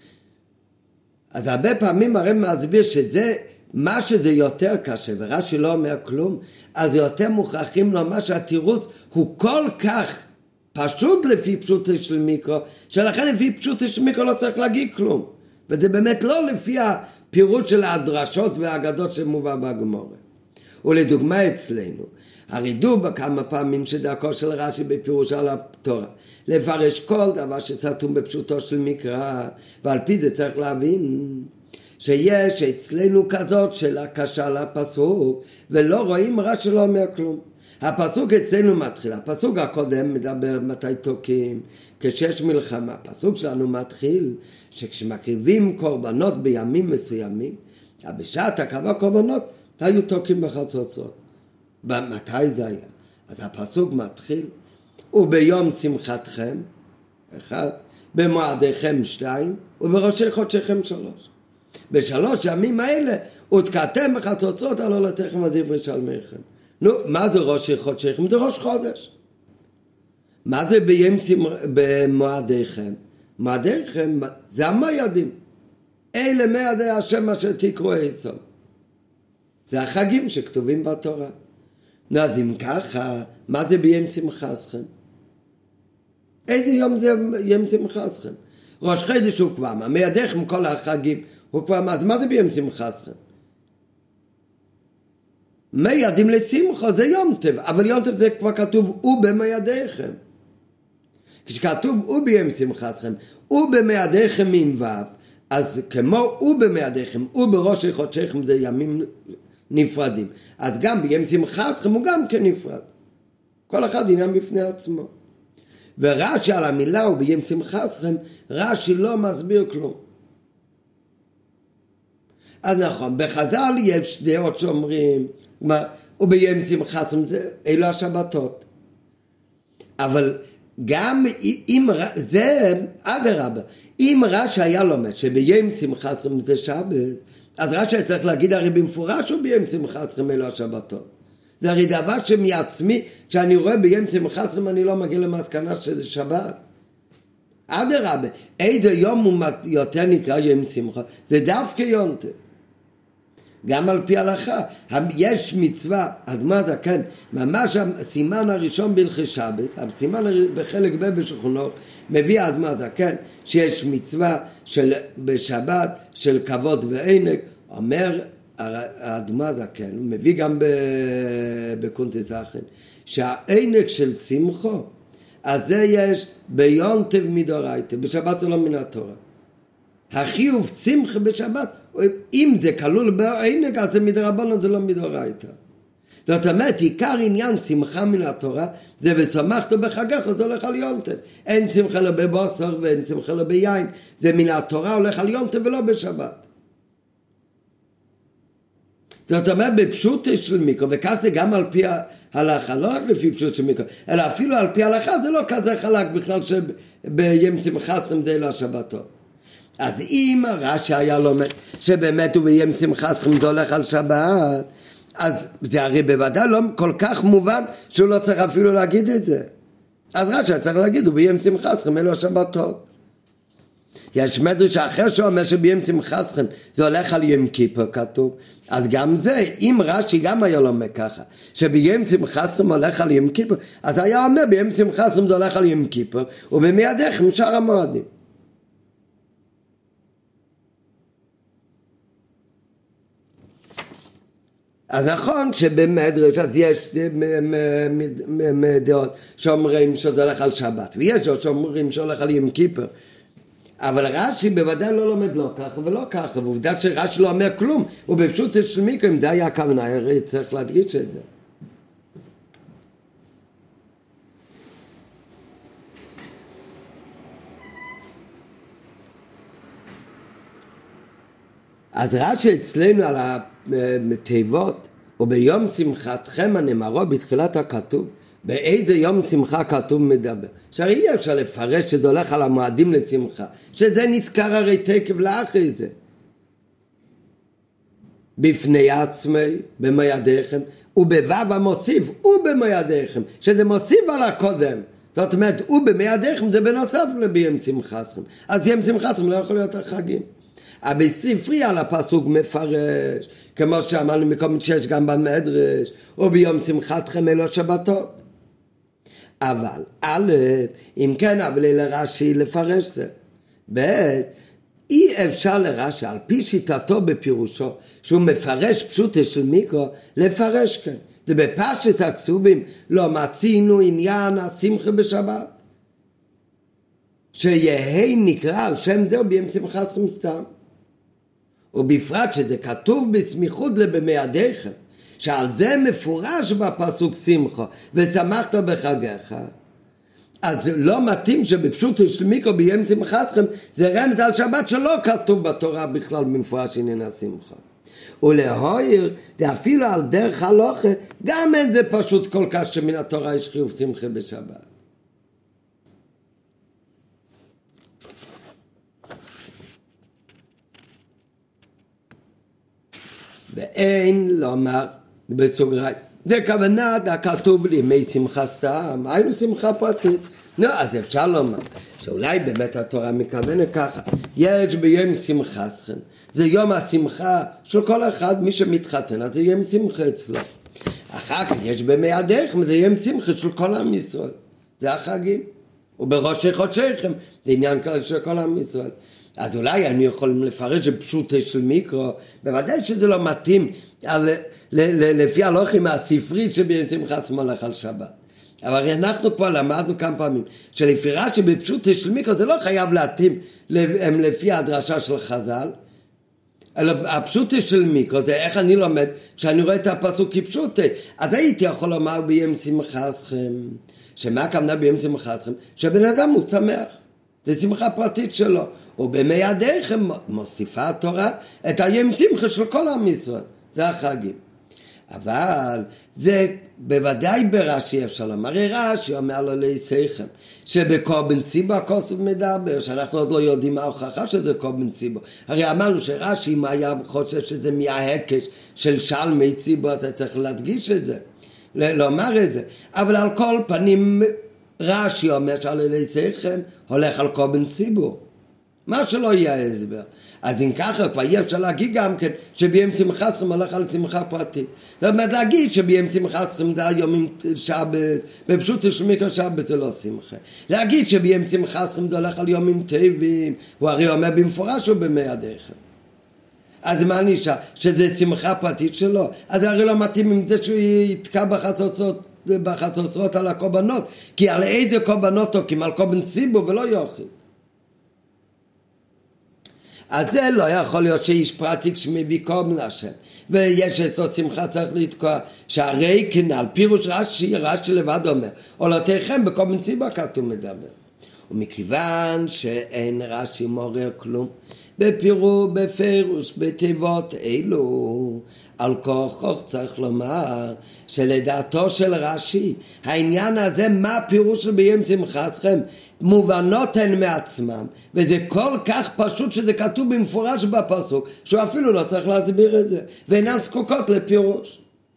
אז הרבה פעמים הרי מסביר שזה מה שזה יותר קשה ורש"י לא אומר כלום, אז יותר מוכרחים לומר שהתירוץ הוא כל כך פשוט לפי פשוטו של מיקרו, שלכן לפי פשוטו של מיקרו לא צריך להגיד כלום, וזה באמת לא לפי הפירוט של הדרשות והאגדות שמובא בגמרא. ולדוגמה אצלנו הרי דובר כמה פעמים שדרכו של רש"י בפירוש על התורה לפרש כל דבר שסתום בפשוטו של מקרא, ועל פי זה צריך להבין שיש אצלנו כזאת של הקשה לפסוק ולא רואים רש"י לא אומר כלום. הפסוק אצלנו מתחיל, הפסוק הקודם מדבר מתי תוקים, כשיש מלחמה. הפסוק שלנו מתחיל שכשמקריבים קורבנות בימים מסוימים, בשעת הקרבת קורבנות היו תוקים בחצוצרות. מתי זה היה? אז הפסוק מתחיל וביום שמחתכם אחד, במועדיכם שתיים ובראשי חודשיכם שלוש. בשלוש ימים האלה ותקעתם בחצוצרות על עולתכם ודברי שלמיכם. נו, מה זה ראש חודשיכם? זה ראש חודש. מה זה ביום במועדיכם? מועדיכם זה המועדים. אלה מועדי השם אשר תקראו אצלם. זה החגים שכתובים בתורה. נו, אז אם ככה, מה זה ביום שמחתכם? איזה יום זה יום שמחתכם? ראש חודש הוא כבר, מה מועדיכם כל החגים הוא כבר, אז מה זה ביום שמחתכם? מיידים לשמחה זה יום טוב, אבל יום טוב זה כבר כתוב ובמיידיכם. כשכתוב וביום שמחתכם ובמיידיכם עם ו', אז כמו ובמיידיכם ובראש חודשיכם זה ימים נפרדים, אז גם ביום שמחתכם הוא גם כן נפרד, כל אחד עניין בפני עצמו. ורש"י על המילה וביום שמחתכם רש"י לא מסביר כלום. אז נכון, בחז"ל יש דעות שאומרים וביום שמחתכם זה אלו השבתות, אבל גם אם זה אדרבה, אם רש"י היה לומד שביום שמחתכם זה שבת, אז רש"י צריך להגיד הרי במפורש הוא ביום שמחת לכם אלו השבתות. זה הרי דבר שמעצמי, כשאני רואה ביום שמחת לכם אני לא מגיע למסקנה שזה שבת. אדרבה, איזה יום הוא יותר נקרא יום שמחה? זה דווקא יום טוב. גם על פי הלכה, יש מצווה, אדמה הזקן, ממש הסימן הראשון בהלכות שבת, הסימן בחלק ב' בשולחן ערוך, מביא אדמה הזקן, שיש מצווה של, בשבת של כבוד וענג, אומר האדמה הזקן, הוא מביא גם בקונטס אחן, שהענג של שמחו, אז זה יש ביום טוב מדאורייתא, בשבת זה לא מן התורה. החיוב שמחה בשבת, אם זה כלול בענג, אז זה מדרבנן, זה לא מדאורייתא. זאת אומרת, עיקר עניין שמחה מן התורה, זה ושמחת בחגך, זה הולך על יום טוב. אין שמחה לא בבשר ואין שמחה לא ביין, זה מן התורה הולך על יום טוב ולא בשבת. זאת אומרת, בפשוט של מיקרו, וכך זה גם על פי ההלכה, לא רק לפי פשוט של מיקרו, אלא אפילו על פי ההלכה, זה לא כזה חלק בכלל שביום שמחת לכם זה אלא השבתות. אז אם רש"י היה לומד שבאמת הוא ביום שמחת לכם זה הולך על שבת, אז זה הרי בוודאי לא כל כך מובן שהוא לא צריך אפילו להגיד את זה. אז רש"י צריך להגיד, הוא ביום שמחת לכם אלו השבתות. יש מדרש אחר שאומר שביום שמחת לכם זה הולך על יום כיפור כתוב, אז גם זה, אם רש"י גם היה לומד ככה, שביום שמחת לכם הולך על יום כיפור, אז היה אומר ביום שמחת לכם זה הולך על יום כיפור, ובמידכם שאר המועדים. אז נכון שבמדרש אז יש דעות שאומרים שזה הולך על שבת, ויש דעות שאומרים שהולך על יום כיפור, אבל רש"י בוודאי לא לומד לא ככה ולא ככה, ועובדה שרש"י לא אומר כלום, הוא בפשוט של מיקרו, אם זה היה הכוונה, הרי צריך להדגיש את זה. אז רש"י אצלנו על התיבות, וביום שמחתכם הנאמרו בתחילת הכתוב, באיזה יום שמחה כתוב מדבר. שהרי אי אפשר לפרש שזה הולך על המועדים לשמחה, שזה נזכר הרי תקף לאחרי זה. בפני עצמי, במיידיכם, ובוו המוסיף, ובמיידיכם, שזה מוסיף על הקודם. זאת אומרת, ובמיידיכם זה בנוסף לביום שמחתכם. אז יום שמחתכם לא יכול להיות החגים. אבל ספרי על הפסוק מפרש, כמו שאמרנו מקום שיש גם במדרש, וביום שמחתכם אלו שבתות. אבל, א', אם כן, אבל לרש"י לפרש זה. ב', אי אפשר לרש"י, על פי שיטתו בפירושו, שהוא מפרש פשוטה של מיקרו, לפרש כן. זה בפשט הכתובים, לא מצינו עניין השמחה בשבת. שיהי נקרא על שם זהו ביום שמחתכם סתם. ובפרט שזה כתוב בסמיכות לבמיידיכם, שעל זה מפורש בפסוק שמחה, ושמחת בחגיך, אז לא מתאים שבפשוט של מיקרו ביום שמחתכם, זה רמז על שבת שלא כתוב בתורה בכלל במפורש עניין השמחה. ולהויר, זה אפילו על דרך הלוכה, גם אין זה פשוט כל כך שמן התורה יש חיוב שמחה בשבת. ואין לומר בסוגריים, זה כוונת הכתוב לימי שמחה סתם, היינו שמחה פרטית. נו, אז אפשר לומר שאולי באמת התורה מכוונת ככה, יש ביום שמחתכם, זה יום השמחה של כל אחד, מי שמתחתן, אז זה יום שמחה אצלו. אחר כך יש במיידיכם, זה יום שמחה של כל עם ישראל, זה החגים. ובראשי חודשיכם, זה עניין של כל עם ישראל. אז אולי אני יכולים לפרש בפשוטה של מיקרו, בוודאי שזה לא מתאים על, ל, ל, לפי הלוחים הספרית שביום שמחתכם הולך על שבת. אבל אנחנו כבר למדנו כמה פעמים, שלפי רש"י בפשוטה של מיקרו זה לא חייב להתאים לפי הדרשה של חז"ל, אלא הפשוטה של מיקרו זה איך אני לומד, כשאני רואה את הפסוק כפשוטה, אז הייתי יכול לומר ביום שמחתכם, שמה הכוונה ביום שמחתכם? שבן אדם הוא שמח. זה שמחה פרטית שלו, ובמיידיכם מוסיפה התורה את היום שמחה של כל עם ישראל, זה החגים. אבל זה בוודאי ברש"י אפשר לומר, הרי רש"י אומר לו לעשיכם, שבקורבן ציבור הכוסף מדבר, שאנחנו עוד לא יודעים מה ההוכחה שזה קורבן ציבור. הרי אמרנו שרש"י אם היה חושב שזה מההקש של שלמי ציבור, אתה צריך להדגיש את זה, לומר את זה. אבל על כל פנים רש"י אומר שעל לעשיכם הולך על קורבן ציבור. מה שלא יהיה הסבר. אז אם ככה כבר יהיה אפשר להגיד גם כן שביום שמחתכם הולך על שמחה פרטית. זאת אומרת להגיד שביום שמחתכם זה היום שבת, בפשוט שמיקרו שבת זה לא שמחה. להגיד שביום שמחתכם זה הולך על יומים טובים, הוא הרי אומר במפורש הוא במי ידיכם. אז מה נשאר? שזה שמחה פרטית שלו? אז הרי לא מתאים עם זה שהוא יתקע בחצוצות, בחצוצרות על הקורבנות, כי על איזה קורבנות תוקים? על קורבן ציבור ולא יוכל. אז זה לא יכול להיות שאיש פרטי כשמביא קורבן להשם ויש את זאת שמחה צריך לתקוע שהרי כנ"ל פירוש רש"י, רש"י לבד אומר עולותיכם בקורבן ציבור כתוב מדבר. ומכיוון שאין רש"י מורר כלום בפירוש בפירוש בתיבות אלו על כוחו צריך לומר שלדעתו של רש"י העניין הזה מה הפירוש של ביום שמחתכם מובנות הן מעצמם וזה כל כך פשוט שזה כתוב במפורש בפסוק שהוא אפילו לא צריך להסביר את זה ואינן זקוקות לפירוש.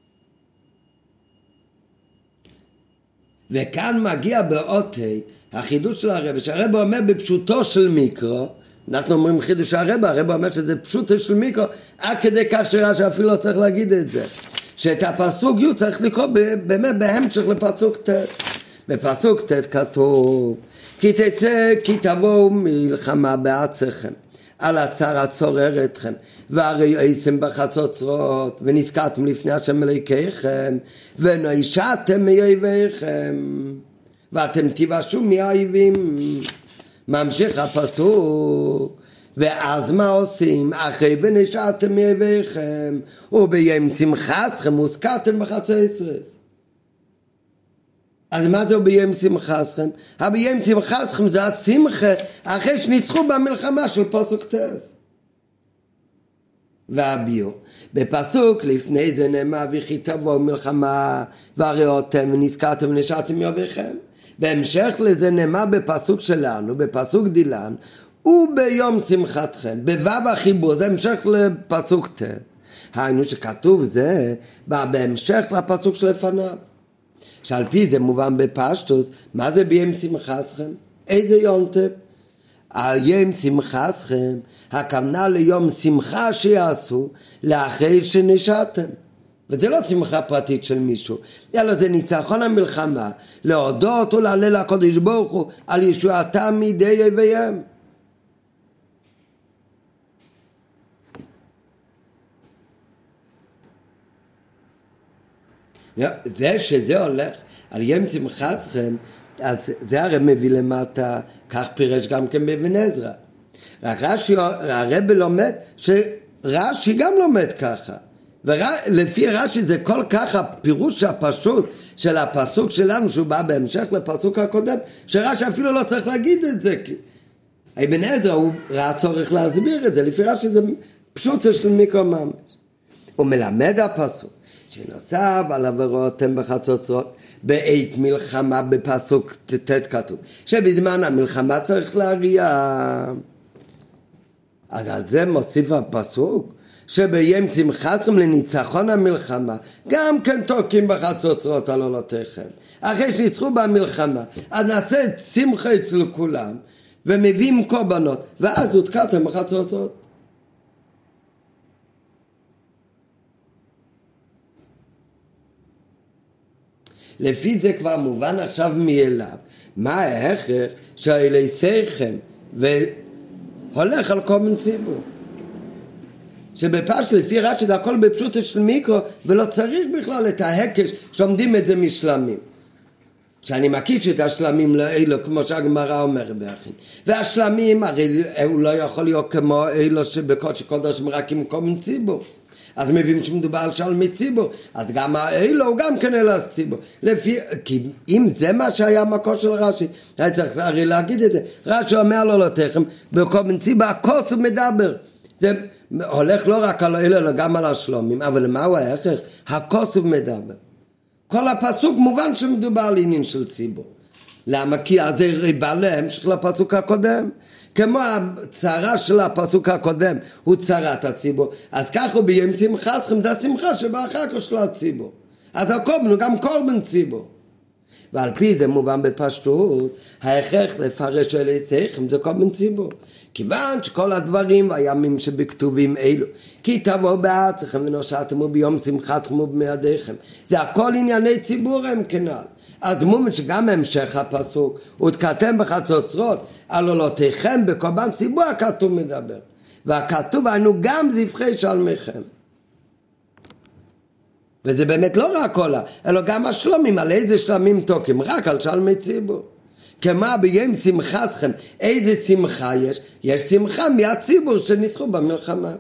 וכאן מגיע באות ה' החידוש של הרב, שהרב אומר בפשוטו של מיקרו, אנחנו אומרים חידוש הרב, הרב אומר שזה פשוטו של מיקרו, עד כדי כך שרש"י אפילו לא צריך להגיד את זה, שאת הפסוק י' צריך לקרוא באמת בהמשך לפסוק ת'. בפסוק ת' כתוב, כי תצא, כי תבואו מלחמה בארצכם, על הצר הצורר אתכם, והרי הייתם בחצוצרות, ונזכרתם לפני השם אלוהיכם, ונשעתם מאויביכם. ואתם תיוושעו מהאויבים. ממשיך הפסוק, ואז מה עושים? אחרי ונשעתם מאויביכם וביום שמחתכם הוזכרתם בחצוצרות. אז מה זה ביום שמחתכם? ביום שמחתכם זה השמחה אחרי שניצחו במלחמה של פסוק טס. והביאו בפסוק לפני זה נאמר וכי תבואו מלחמה וראיתם ונזכרתם ונשעתם מאויביכם. בהמשך לזה נאמר בפסוק שלנו, בפסוק דילן, וביום שמחתכם, בו"ב החיבור, זה המשך לפסוק ת'. היינו שכתוב זה בהמשך לפסוק שלפניו. שעל פי זה מובן בפשטוס, מה זה ביום שמחתכם? איזה יום טוב? היום שמחתכם, הכוונה ליום שמחה שיעשו לאחרי שנשעתם. וזה לא שמחה פרטית של מישהו, אלא זה ניצחון המלחמה, להודות ולהלל לקדוש ברוך הוא על ישועתם מידי אויביהם. זה שזה הולך על יום שמחתכם, אז זה הרי מביא למטה, כך פירש גם כן באבן עזרא. רק רש"י, הרב לומד שרש"י גם לומד ככה. ולפי רש"י זה כל כך הפירוש הפשוט של הפסוק שלנו שהוא בא בהמשך לפסוק הקודם שרש"י אפילו לא צריך להגיד את זה. אבן עזרא הוא ראה צורך להסביר את זה, לפי רש"י זה פשוט של מיקרו ממש. הוא מלמד הפסוק שנוסף על עבירותם בחצוצרות בעת מלחמה בפסוק ט' כתוב שבזמן המלחמה צריך להריע. אז על זה מוסיף הפסוק שביום שמחתכם לניצחון המלחמה גם כן תוקים בחצוצרות על עולותיכם אחרי שניצחו במלחמה אז נעשה שמחה אצל כולם ומביאים קורבנות ואז הוזכרתם בחצוצרות. לפי זה כבר מובן עכשיו מאליו מה ההכרח שעולותיכם והולך על קורבן ציבור, שבפשט לפי רש"י זה הכל בפשוט של מיקרו ולא צריך בכלל את ההקש שעומדים את זה משלמים, שאני מקיש את השלמים לאלו כמו שהגמרא אומר באחים, והשלמים הרי הוא לא יכול להיות כמו אלו שבקודש קודש רק עם קורבן ציבור, אז מביאים שמדובר על שלמי ציבור, אז גם האלו הוא גם כן אלו ציבור, לפי, כי אם זה מה שהיה המקור של רש"י היה צריך הרי להגיד את זה. רש"י אומר לו לתכם בקורבן ציבור הכוס הוא מדבר זה הולך לא רק על אלה, אלא גם על השלומים, אבל מהו ההכרח? הכוסף מדבר. כל הפסוק מובן שמדובר על עניין של ציבור. למה? כי אז זה בא להמשך לפסוק הקודם. כמו הצרה של הפסוק הקודם, הוא צרת הציבור. אז ככה ביום שמחתכם, זה השמחה שבא אחר כך של הציבור. אז הקורבן הוא גם קורבן ציבור. ועל פי זה מובן בפשטות, ההכרח לפרש אליכם זה קורבן ציבור. כיוון שכל הדברים והימים שבכתובים אלו, כי תבואו בארצכם ונושעתם וביום שמחתכם ובמידיכם, זה הכל ענייני ציבור הם כנ"ל. אז מובן שגם המשך הפסוק, ותקעתם בחצוצרות, על עולותיכם בקורבן ציבור הכתוב מדבר. והכתוב היינו גם זבחי שלמיכם. וזה באמת לא רק עולה, אלא גם השלומים, על איזה שלמים תוקים, רק על שלמי ציבור. כמה ביום שמחתכם, איזה שמחה יש? יש שמחה מהציבור שניצחו במלחמה.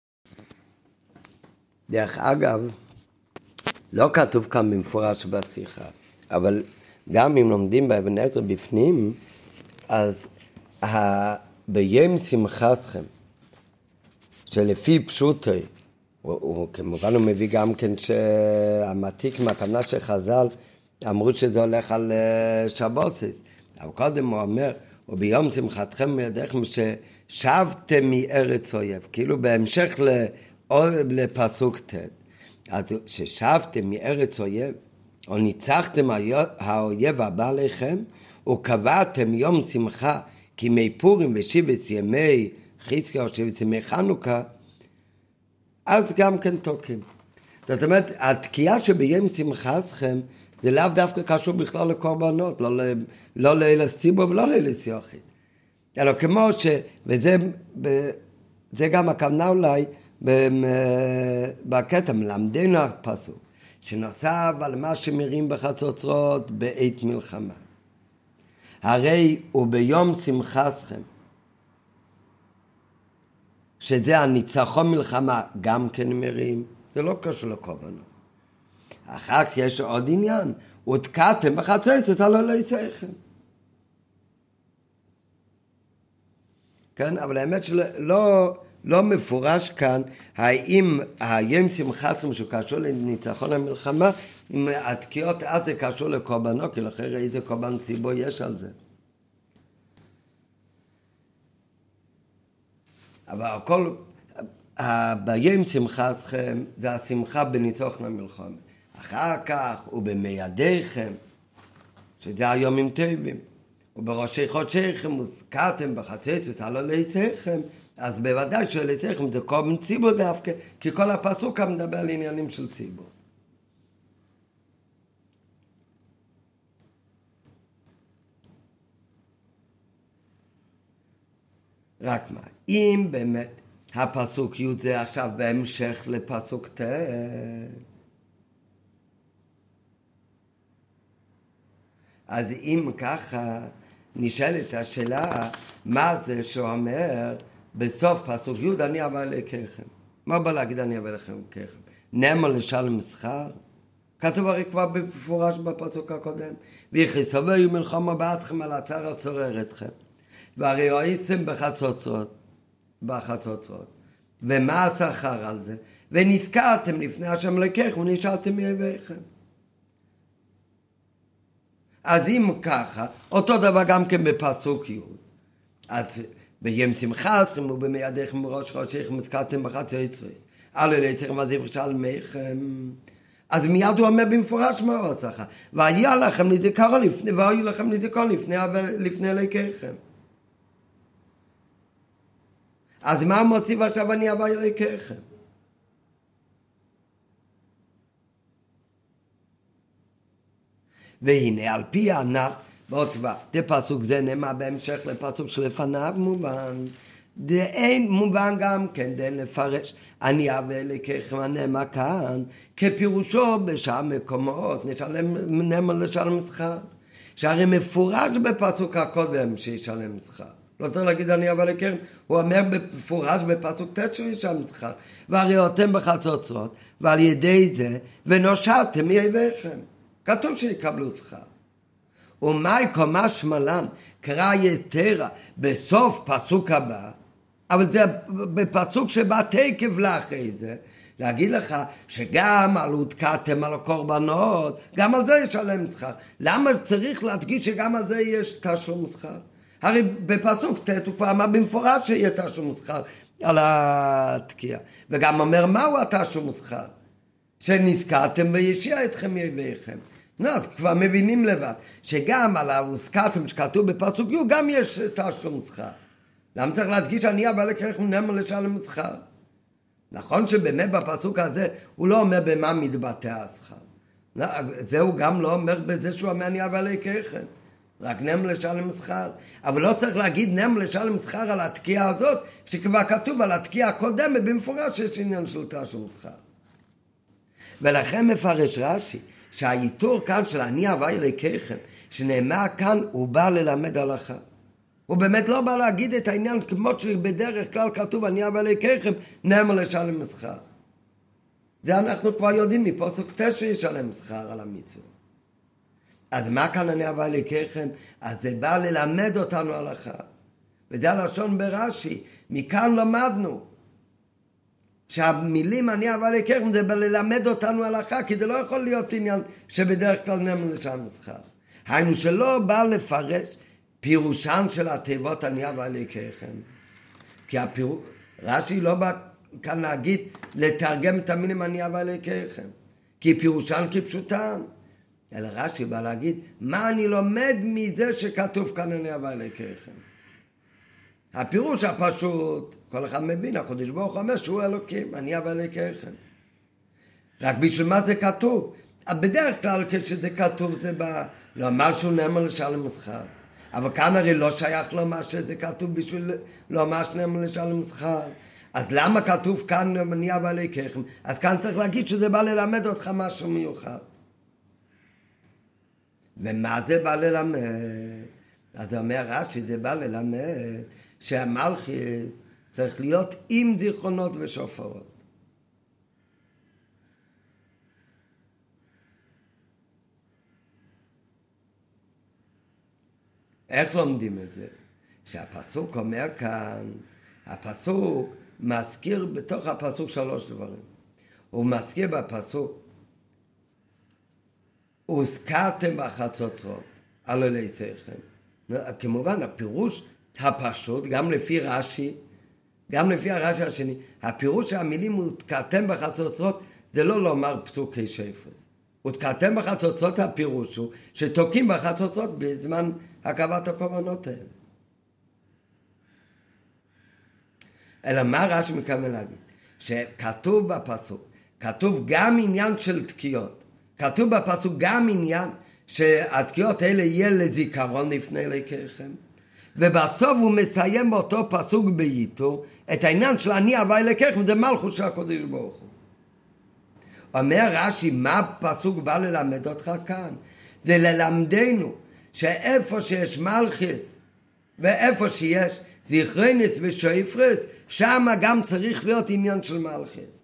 דרך אגב, לא כתוב כאן במפורש בשיחה, אבל גם אם לומדים באבן עזרא בפנים, אז ה... ביום שמחתכם, שלפי פשוטי, הוא, הוא כמובן הוא מביא גם כן שהמתיק מהכוונה שחז"ל אמרו שזה הולך על שבוסס, אבל קודם הוא אומר, וביום שמחתכם מידיכם ששבתם מארץ אויב, כאילו בהמשך לפסוק ת', אז ששבתם מארץ אויב, או ניצחתם האויב הבא לכם, וקבעתם יום שמחה, כי מי פורים ושיבץ ימי חזקיה או שיבץ ימי חנוכה, אז גם כן תוקים. זאת אומרת, התקיעה שביום שמחתכם, זה לאו דווקא קשור בכלל לקורבנות, לא, לא לאלס ציבור ולא לאלס יחיד. אלא כמו ש... וזה זה גם הכוונה אולי בקטע, מלמדנו הפסוק, שנוסף על מה שמרים בחצוצרות בעת מלחמה. הרי וביום שמחתכם, שזה הניצחון מלחמה, גם כן מרים, זה לא קשור לקורבנות. אחר כך יש עוד עניין, ותקעתם בחצוצרות על עולותיכם. כן, אבל האמת שלא לא מפורש כאן, האם היום שמחתכם שהוא קשור לניצחון המלחמה, אם התקיעות אז זה קשור לקורבנות, כי לאחר איזה קורבן ציבור יש על זה. אבל הכל, ביום שמחתכם זה השמחה בניצחון המלחמה. אחר כך, ובמידיכם, שזה היומים טובים, ובראשי חודשיכם, וזכרתם בחצוצרות על עולותיכם, אז בוודאי שעולותיכם זה קורבן ציבור דווקא, כי כל הפסוק מדבר על עניינים של ציבור. רק מה, אם באמת הפסוק י' זה עכשיו בהמשך לפסוק ת', אז אם ככה נשאלת השאלה, מה זה שאומר בסוף פסוק י' אני אבוא אליכם? מה בא להגיד אני אבוא אליכם ככם? נאמר לשלם שכר? כתוב הרי כבר בפורש בפסוק הקודם, ויחצבו מלחמה בעדכם על הצער הצורר אתכם. והרי הייתם בחצוצרות, בחצוצרות. ומה השכר על זה? ונזכרתם לפני השם אלוקיכם ונשאלתם מאויביכם. אז אם ככה, אותו דבר גם כן בפסוק י', אז ביום שמחתכם ובמידיכם בראש חודשיכם נזכרתם בחצוצרות, על עולותיכם וזבחי שלמיכם. אז מיד הוא אומר במפורש מה הוא עשה. והיה לכם לזיכרון לפני, והיו לכם לזיכרון לפני, לפני אלוקיכם. אז מה מוסיף עכשיו אני אבוא אליכם? והנה על פי הענף, ועוד דבר, זה פסוק זה נאמר בהמשך לפסוק שלפניו מובן, דאין מובן גם כן, דאין לפרש, אני אבוא אליכם הנאמר כאן, כפירושו בשאר מקומות, נשלם, נאמר לשלם שכר, שהרי מפורש בפסוק הקודם שישלם שכר. לא צריך להגיד אני אבוא אליכם, הוא אומר בפורש בפסוק ת' שהוא ישלם שכר, והרי אתם בחצוצרות, ועל ידי זה, ונושעתם מאויביכם. כתוב שיקבלו שכר. ומאי קומה שמלן, קרא יתרה, בסוף פסוק הבא, אבל זה בפסוק שבא תקף לאחרי זה, להגיד לך שגם על הותקעתם על הקורבנות, גם על זה ישלם שכר. למה צריך להדגיש שגם על זה יש תשלום שכר? הרי בפסוק ת' הוא כבר אמר במפורש שיהיה תשלום שכר על התקיעה. וגם אומר מהו התשלום שכר? שנזכרתם וישיע אתכם מאויביכם. נו, אז כבר מבינים לבד שגם על ההוזכרתם שכתוב בפסוק י' גם יש תשלום שכר. למה צריך להדגיש שאני אבל לקרחם נאמר לשלם שכר? נכון שבאמת בפסוק הזה הוא לא אומר במה מתבטא השכר. זה הוא גם לא אומר בזה שהוא אומר אני אבל לקרחם. רק נאמר לשלם שכר. אבל לא צריך להגיד נאמר לשלם שכר על התקיעה הזאת, שכבר כתוב על התקיעה הקודמת במפורש שיש עניין של תשלום שכר. ולכן מפרש רש"י שהייתור כאן של אני הווי אלוהיכם שנאמר כאן הוא בא ללמד הלכה. הוא באמת לא בא להגיד את העניין כמו שבדרך כלל כתוב אני הווי אלוהיכם נאמר לשלם שכר. זה אנחנו כבר יודעים מפסוק תשע ישלם שכר על המצווה. אז מה כאן אני הווי אלוהיכם? אז זה בא ללמד אותנו הלכה. וזה הלשון ברש"י. מכאן למדנו שהמילים אני הווי אלוהיכם זה בא ללמד אותנו הלכה, כי זה לא יכול להיות עניין שבדרך כלל נאמר לשלם שכר. היינו שלא בא לפרש פירושן של התיבות אני הווי אלוהיכם. כי הפירוש, רש"י לא בא כאן להגיד לתרגם את המילים אני הווי אלוהיכם, כי פירושן כפשוטן. אלא רש"י בא להגיד מה אני לומד מזה שכתוב כאן אני הווי אלוהיכם. הפירוש הפשוט, כל אחד מבין, הקדוש ברוך הוא אומר שהוא אלוקים, אני הווי אלוהיכם. רק בשביל מה זה כתוב? בדרך כלל כשזה כתוב זה בא לומר שהוא נאמר לשלם שכר. אבל כאן הרי לא שייך לומר שזה כתוב בשביל לומר שנאמר לשלם שכר. אז למה כתוב כאן אני הווי אלוהיכם? אז כאן צריך להגיד שזה בא ללמד אותך משהו מיוחד. ומה זה בא ללמד? אז אומר רש"י, זה בא ללמד שהמלכות צריך להיות עם זיכרונות ושופרות. איך לומדים את זה? שהפסוק אומר כאן, הפסוק מזכיר בתוך הפסוק שלוש דברים. הוא מזכיר בפסוק, הוזכרתם בחצוצרות על אלוהיכם. כמובן הפירוש הפשוט, גם לפי רש"י, גם לפי הרש"י השני, הפירוש שהמילים הוזכרתם בחצוצרות זה לא לומר פסוקי שפר. הוזכרתם בחצוצרות הפירוש הוא שתוקים בחצוצרות בזמן הקרבת הקורבנות האלה. אלא מה רש"י מתכוון להגיד? שכתוב בפסוק, כתוב גם עניין של תקיעות. כתוב בפסוק גם עניין שהתקיעות האלה יהיה לזיכרון לפני אלוהיכם. ובסוף הוא מסיים באותו פסוק בייתור את העניין של אני הווי אלוהיכם, זה מלכות של הקדוש ברוך הוא. אומר רש"י, מה הפסוק בא ללמד אותך כאן? זה ללמדנו שאיפה שיש מלכות ואיפה שיש זיכרונס ושופרס, שם גם צריך להיות עניין של מלכות.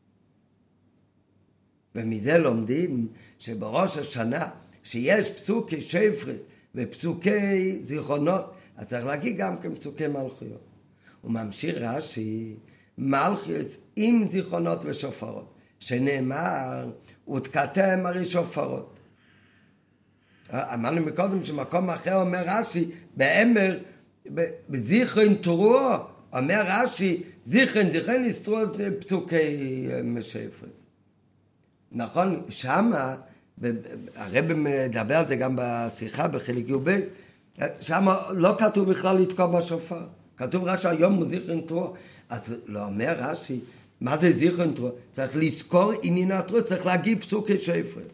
ומזה לומדים שבראש השנה שיש פסוקי שופרס ופסוקי זיכרונות, אז צריך להגיד גם כן פסוקי מלכויות. הוא ממשיך רש"י, מלכות עם זיכרונות ושופרות, שנאמר, ותקעתם הרי שופרות. אמרנו מקודם שמקום אחר אומר רש"י, באמר, בזיכרון תרועו, אומר רש"י, זיכרון, זיכרון יסתרו את פסוקי שופרס. נכון, שמה, הרב מדבר על זה גם בשיחה בחלק י"ב, שמה לא כתוב בכלל לתקוע בשופר. כתוב רש"י היום הוא זיכרון תרועו. אז לא אומר רש"י, מה זה זיכרון תרועו? צריך לזכור עניין התרועו, צריך להגיד פסוקי שופרס.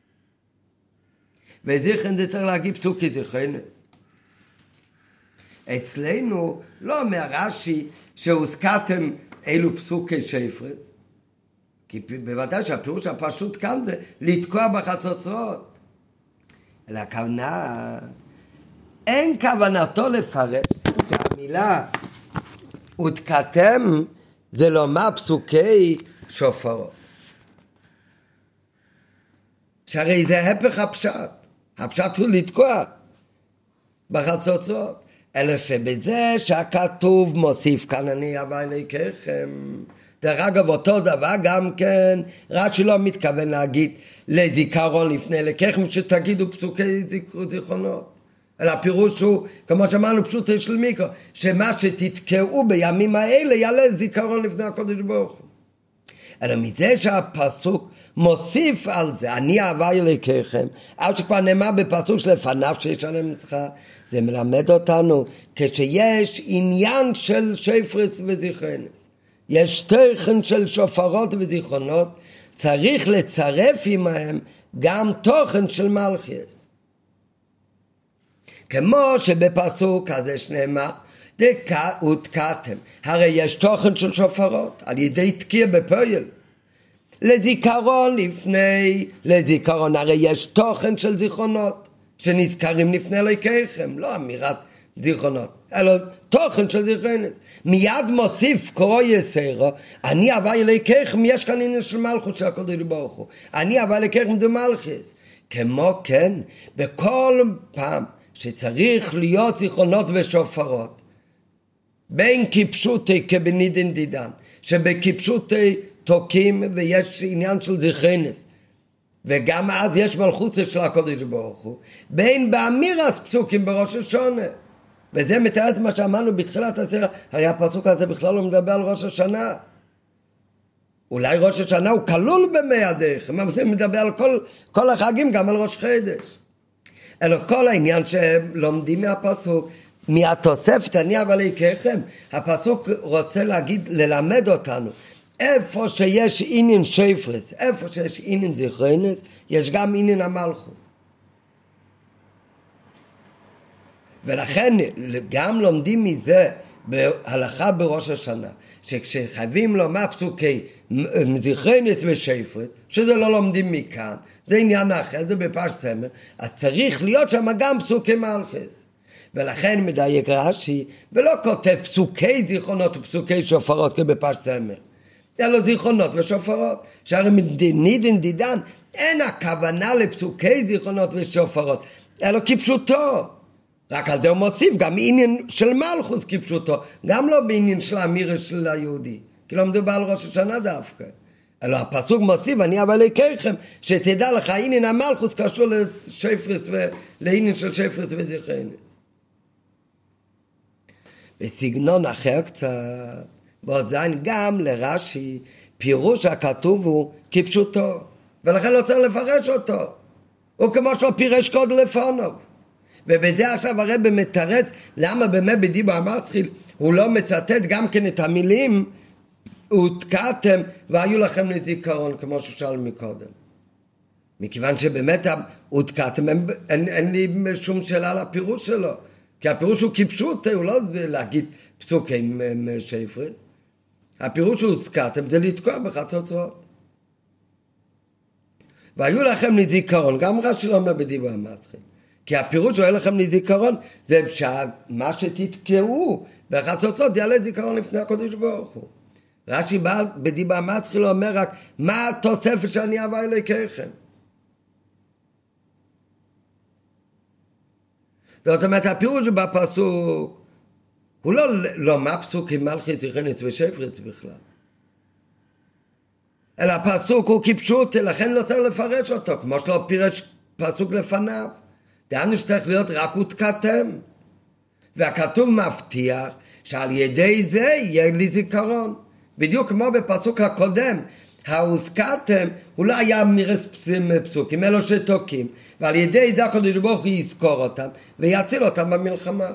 וזיכרון זה צריך להגיד פסוקי זיכרונס. אצלנו לא אומר רש"י שהוזכרתם אילו פסוקי שופרס, כי בוודאי שהפירוש הפשוט כאן זה לתקוע בחצוצרות. אלא הכוונה, אין כוונתו לפרש שהמילה ותקעתם זה לומר פסוקי שופרות. שהרי זה הפך הפשט. הפשט הוא לתקוע בחצוצרות. אלא שבזה שהכתוב מוסיף כאן אני אהבה אלוהיכם. דרך אגב אותו דבר גם כן רש"י לא מתכוון להגיד לזיכרון לפני אלוהיכם שתגידו פסוקי זיכרונות, אלא הפירוש הוא כמו שאמרנו פשוט של מיקרו, שמה שתתקעו בימים האלה יעלה זיכרון לפני הקודש ברוך הוא. אלא מזה שהפסוק מוסיף על זה אני אהבה אלוהיכם, אף שכבר נאמר בפסוק שלפניו שיש עליהם מסחר, זה מלמד אותנו כשיש עניין של שפרס וזיכרונס, יש תוכן של שופרות וזיכרונות, צריך לצרף עמהם גם תוכן של מלכיאס. כמו שבפסוק הזה שנאמר דקה ותקעתם, הרי יש תוכן של שופרות על ידי תקיע בפועל. לזיכרון לפני, לזיכרון הרי יש תוכן של זיכרונות שנזכרים לפני אלוהיכם, לא אמירת זיכרונות, אלא תוכן של זיכרונות. מיד מוסיף קורא יסרו, אני אהבה אלוהיכם, יש כאן עניין של מלכות של הקדוש ברוך הוא, אני אהבה אלוהיכם זה מלכות. כמו כן, בכל פעם שצריך להיות זיכרונות ושופרות, בין כפשוטי כבנידין דידן, שבכפשוטי תוקים ויש עניין של זיכרונס, וגם אז יש מלכות של הקדוש ברוך הוא, בין באמירת פסוקים בראש השונה, וזה מתאר את מה שאמרנו בתחילת הסרט. הרי הפסוק הזה בכלל לא מדבר על ראש השנה, אולי ראש השנה הוא כלול במי הדרך, אבל זה מדבר על כל, כל החגים, גם על ראש חודש. אלא כל העניין שלומדים מהפסוק, מהתוספת אני אהבה אלוהיכם, הפסוק רוצה להגיד, ללמד אותנו, איפה שיש עניין שפרס, איפה שיש עניין זיכרונס, יש גם עניין המלכות. ולכן גם לומדים מזה בהלכה בראש השנה, שכשחייבים לומר פסוקי זיכרונס ושפרס, שזה לא לומדים מכאן, זה עניין אחר, זה בפרש סמר, אז צריך להיות שם גם פסוקי מלכות. ולכן מדייק רש"י, ולא כותב פסוקי זיכרונות ופסוקי שופרות כבפרש סמר, אלא זיכרונות ושופרות, שהרי מנידין דידן, אין הכוונה לפסוקי זיכרונות ושופרות, אלא כפשוטו. רק על זה הוא מוסיף גם עניין של מלכות כפשוטו, גם לא בעניין של האמירה של היהודי, כי לא מדובר על ראש השנה דווקא. אלא הפסוק מוסיף, אני אהבה אלוהיכם, שתדע לך, עניין המלכות קשור לשפרס ולעניין של שפרס וזיכרונס. בסגנון אחר קצת, בעוד זין גם לרש"י, פירוש הכתוב הוא כפשוטו, ולכן לא צריך לפרש אותו. הוא כמו שלא פירש קודם לפונו. ובזה עכשיו הרב מתרץ, למה באמת בדיבור המסחיל הוא לא מצטט גם כן את המילים, ותקעתם והיו לכם לזיכרון, כמו ששאל מקודם. מכיוון שבאמת ותקעתם, אין, אין, אין לי שום שאלה על הפירוש שלו, כי הפירוש הוא כפשוט, הוא לא להגיד פסוקי שפרס, הפירוש הוא ותקעתם זה לתקוע בחצוצרות. והיו לכם לזיכרון, גם רש"י לא אומר בדיבור המסחיל, כי הפירוש שהוא היה לכם לזיכרון, זה שמה שתתקעו בחצוצרות יעלה זיכרון לפני הקדוש ברוך הוא. רש"י בא בדיבור המסחיל אומר רק, מה התוספת שאני אהבה אלוהיכם? זאת אומרת, הפירוש בפסוק, הוא לא, לא מה פסוקים מלכות זיכרונס ושפרס בכלל. אלא הפסוק הוא כפשוט, לכן לא צריך לפרש אותו, כמו שלא פירש פסוק לפניו. דהיינו שצריך להיות רק ותקעתם. והכתוב מבטיח שעל ידי זה יהיה לי זיכרון. בדיוק כמו בפסוק הקודם, הוזכרתם, הוא לא היה מירס פסוקים, אלו שתוקים, ועל ידי זה הקדוש ברוך הוא יזכור אותם, ויציל אותם במלחמה.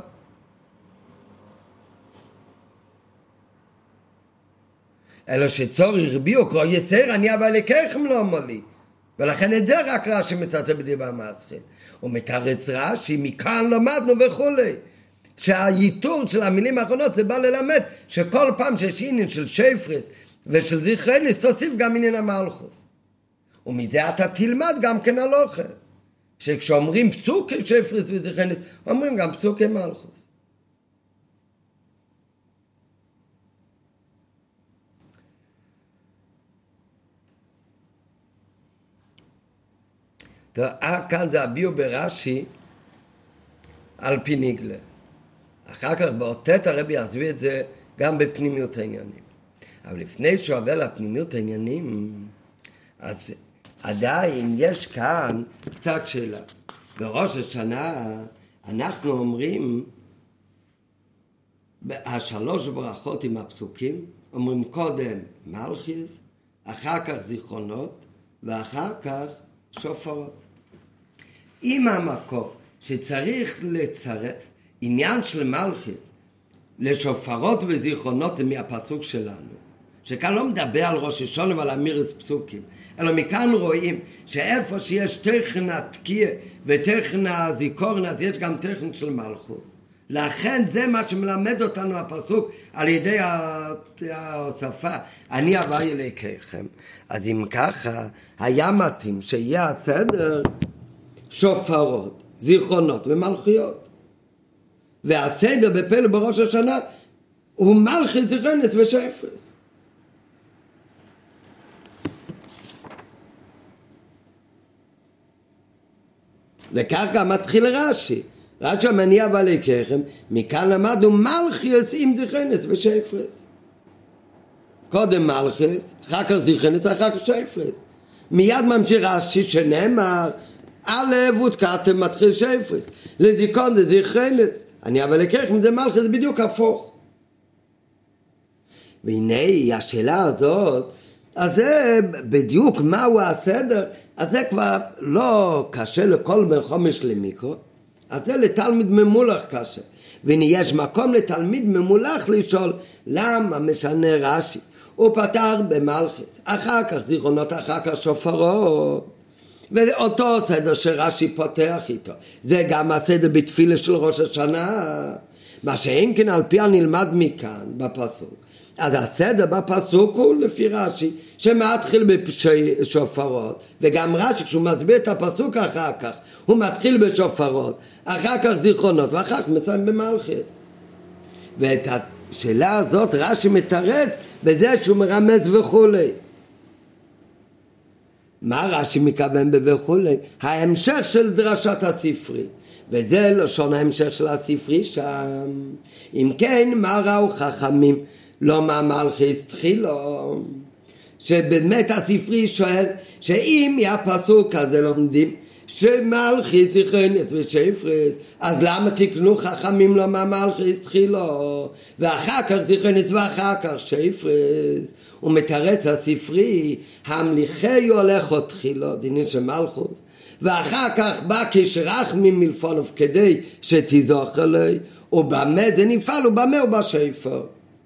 אלו שצורך ביו, קרוא יצר, אני אהבה אלוהיכם לא אומר לי. ולכן את זה רק רש"י מצטט בדיבור המסחיל. הוא מתרץ רש"י, מכאן למדנו וכולי. שהייתור של המילים האחרונות זה בא ללמד שכל פעם שיש עניין של שפרס ושל זיכרונס תוסיף גם עניין המלכות. ומזה אתה תלמד גם כן הלכה, שכשאומרים פסוקי שפרס וזיכרונס אומרים גם פסוקי מלכות. כאן זה הביאו ברש"י על פי ניגלה. אחר כך באותת הרבי יסביר את זה גם בפנימיות העניינים. אבל לפני שהוא עובר לפנימיות העניינים, אז עדיין יש כאן קצת שאלה. בראש השנה אנחנו אומרים, השלוש ברכות עם הפסוקים, אומרים קודם מלכיס, אחר כך זיכרונות, ואחר כך שופרות. אם המקור שצריך לצרף עניין של מלכיס לשופרות וזיכרונות זה מהפסוק שלנו, שכאן לא מדבר על ראש השונה ועל אמירת פסוקים, אלא מכאן רואים שאיפה שיש תכן התקיע ותכן הזיכרון, אז יש גם תכן של מלכות. לכן זה מה שמלמד אותנו הפסוק על ידי ההוספה, אני אבוא אליכם. אז אם ככה, היה מתאים שיהיה הסדר שופרות, זיכרונות ומלכויות. והסדר בפלא בראש השנה הוא מלכי זיכרונות ושפרס. וכך גם מתחיל רש"י. רש"י מניע בעליכם, מכאן למדנו מלכיוס עם זיכרונות ושפרס. קודם מלכיוס, אחר כך זיכרונות, אחר כך שפרס. מיד ממשיך רש"י שנאמר, א' ותקעתם מתחיל שפרס. לזיכרון זה זיכרונות. אני אבל לקחם זה מלכיוס, זה בדיוק הפוך. והנה השאלה הזאת, אז זה בדיוק מהו הסדר, אז זה כבר לא קשה לכל בן חומש למיקרו, אז זה לתלמיד ממולח קשה. והנה יש מקום לתלמיד ממולח לשאול, למה משנה רש"י? הוא פתר במלכיס, אחר כך זיכרונות, אחר כך שופרות. ואותו סדר שרש"י פותח איתו, זה גם הסדר בתפילה של ראש השנה, מה שאין כן על פי הנלמד מכאן בפסוק. אז הסדר בפסוק הוא לפי רש"י שמתחיל בשופרות, וגם רש"י כשהוא מסביר את הפסוק אחר כך הוא מתחיל בשופרות, אחר כך זיכרונות ואחר כך מסיים במלכיס. ואת השאלה הזאת רש"י מתרץ בזה שהוא מרמז וכולי. מה רש"י מכוון וכולי? ההמשך של דרשת הספרי, וזה לשון ההמשך של הספרי שם. אם כן, מה ראו חכמים? לא מה מלכיס תחילו, שבאמת הספרי שואל שאם מהפסוק הזה לומדים שמלכיס זיכרונות ושפרס, אז למה תקנו חכמים לא מה מלכיס תחילו ואחר כך זיכרונות ואחר כך שפרס? הוא מתרץ הספרי, המליכי הולך עוד תחילו, דינים של מלכוס, ואחר כך בא כשרחמים מלפונוב כדי שתזוך אלי, ובמה זה נפעל ובמה ובשפר.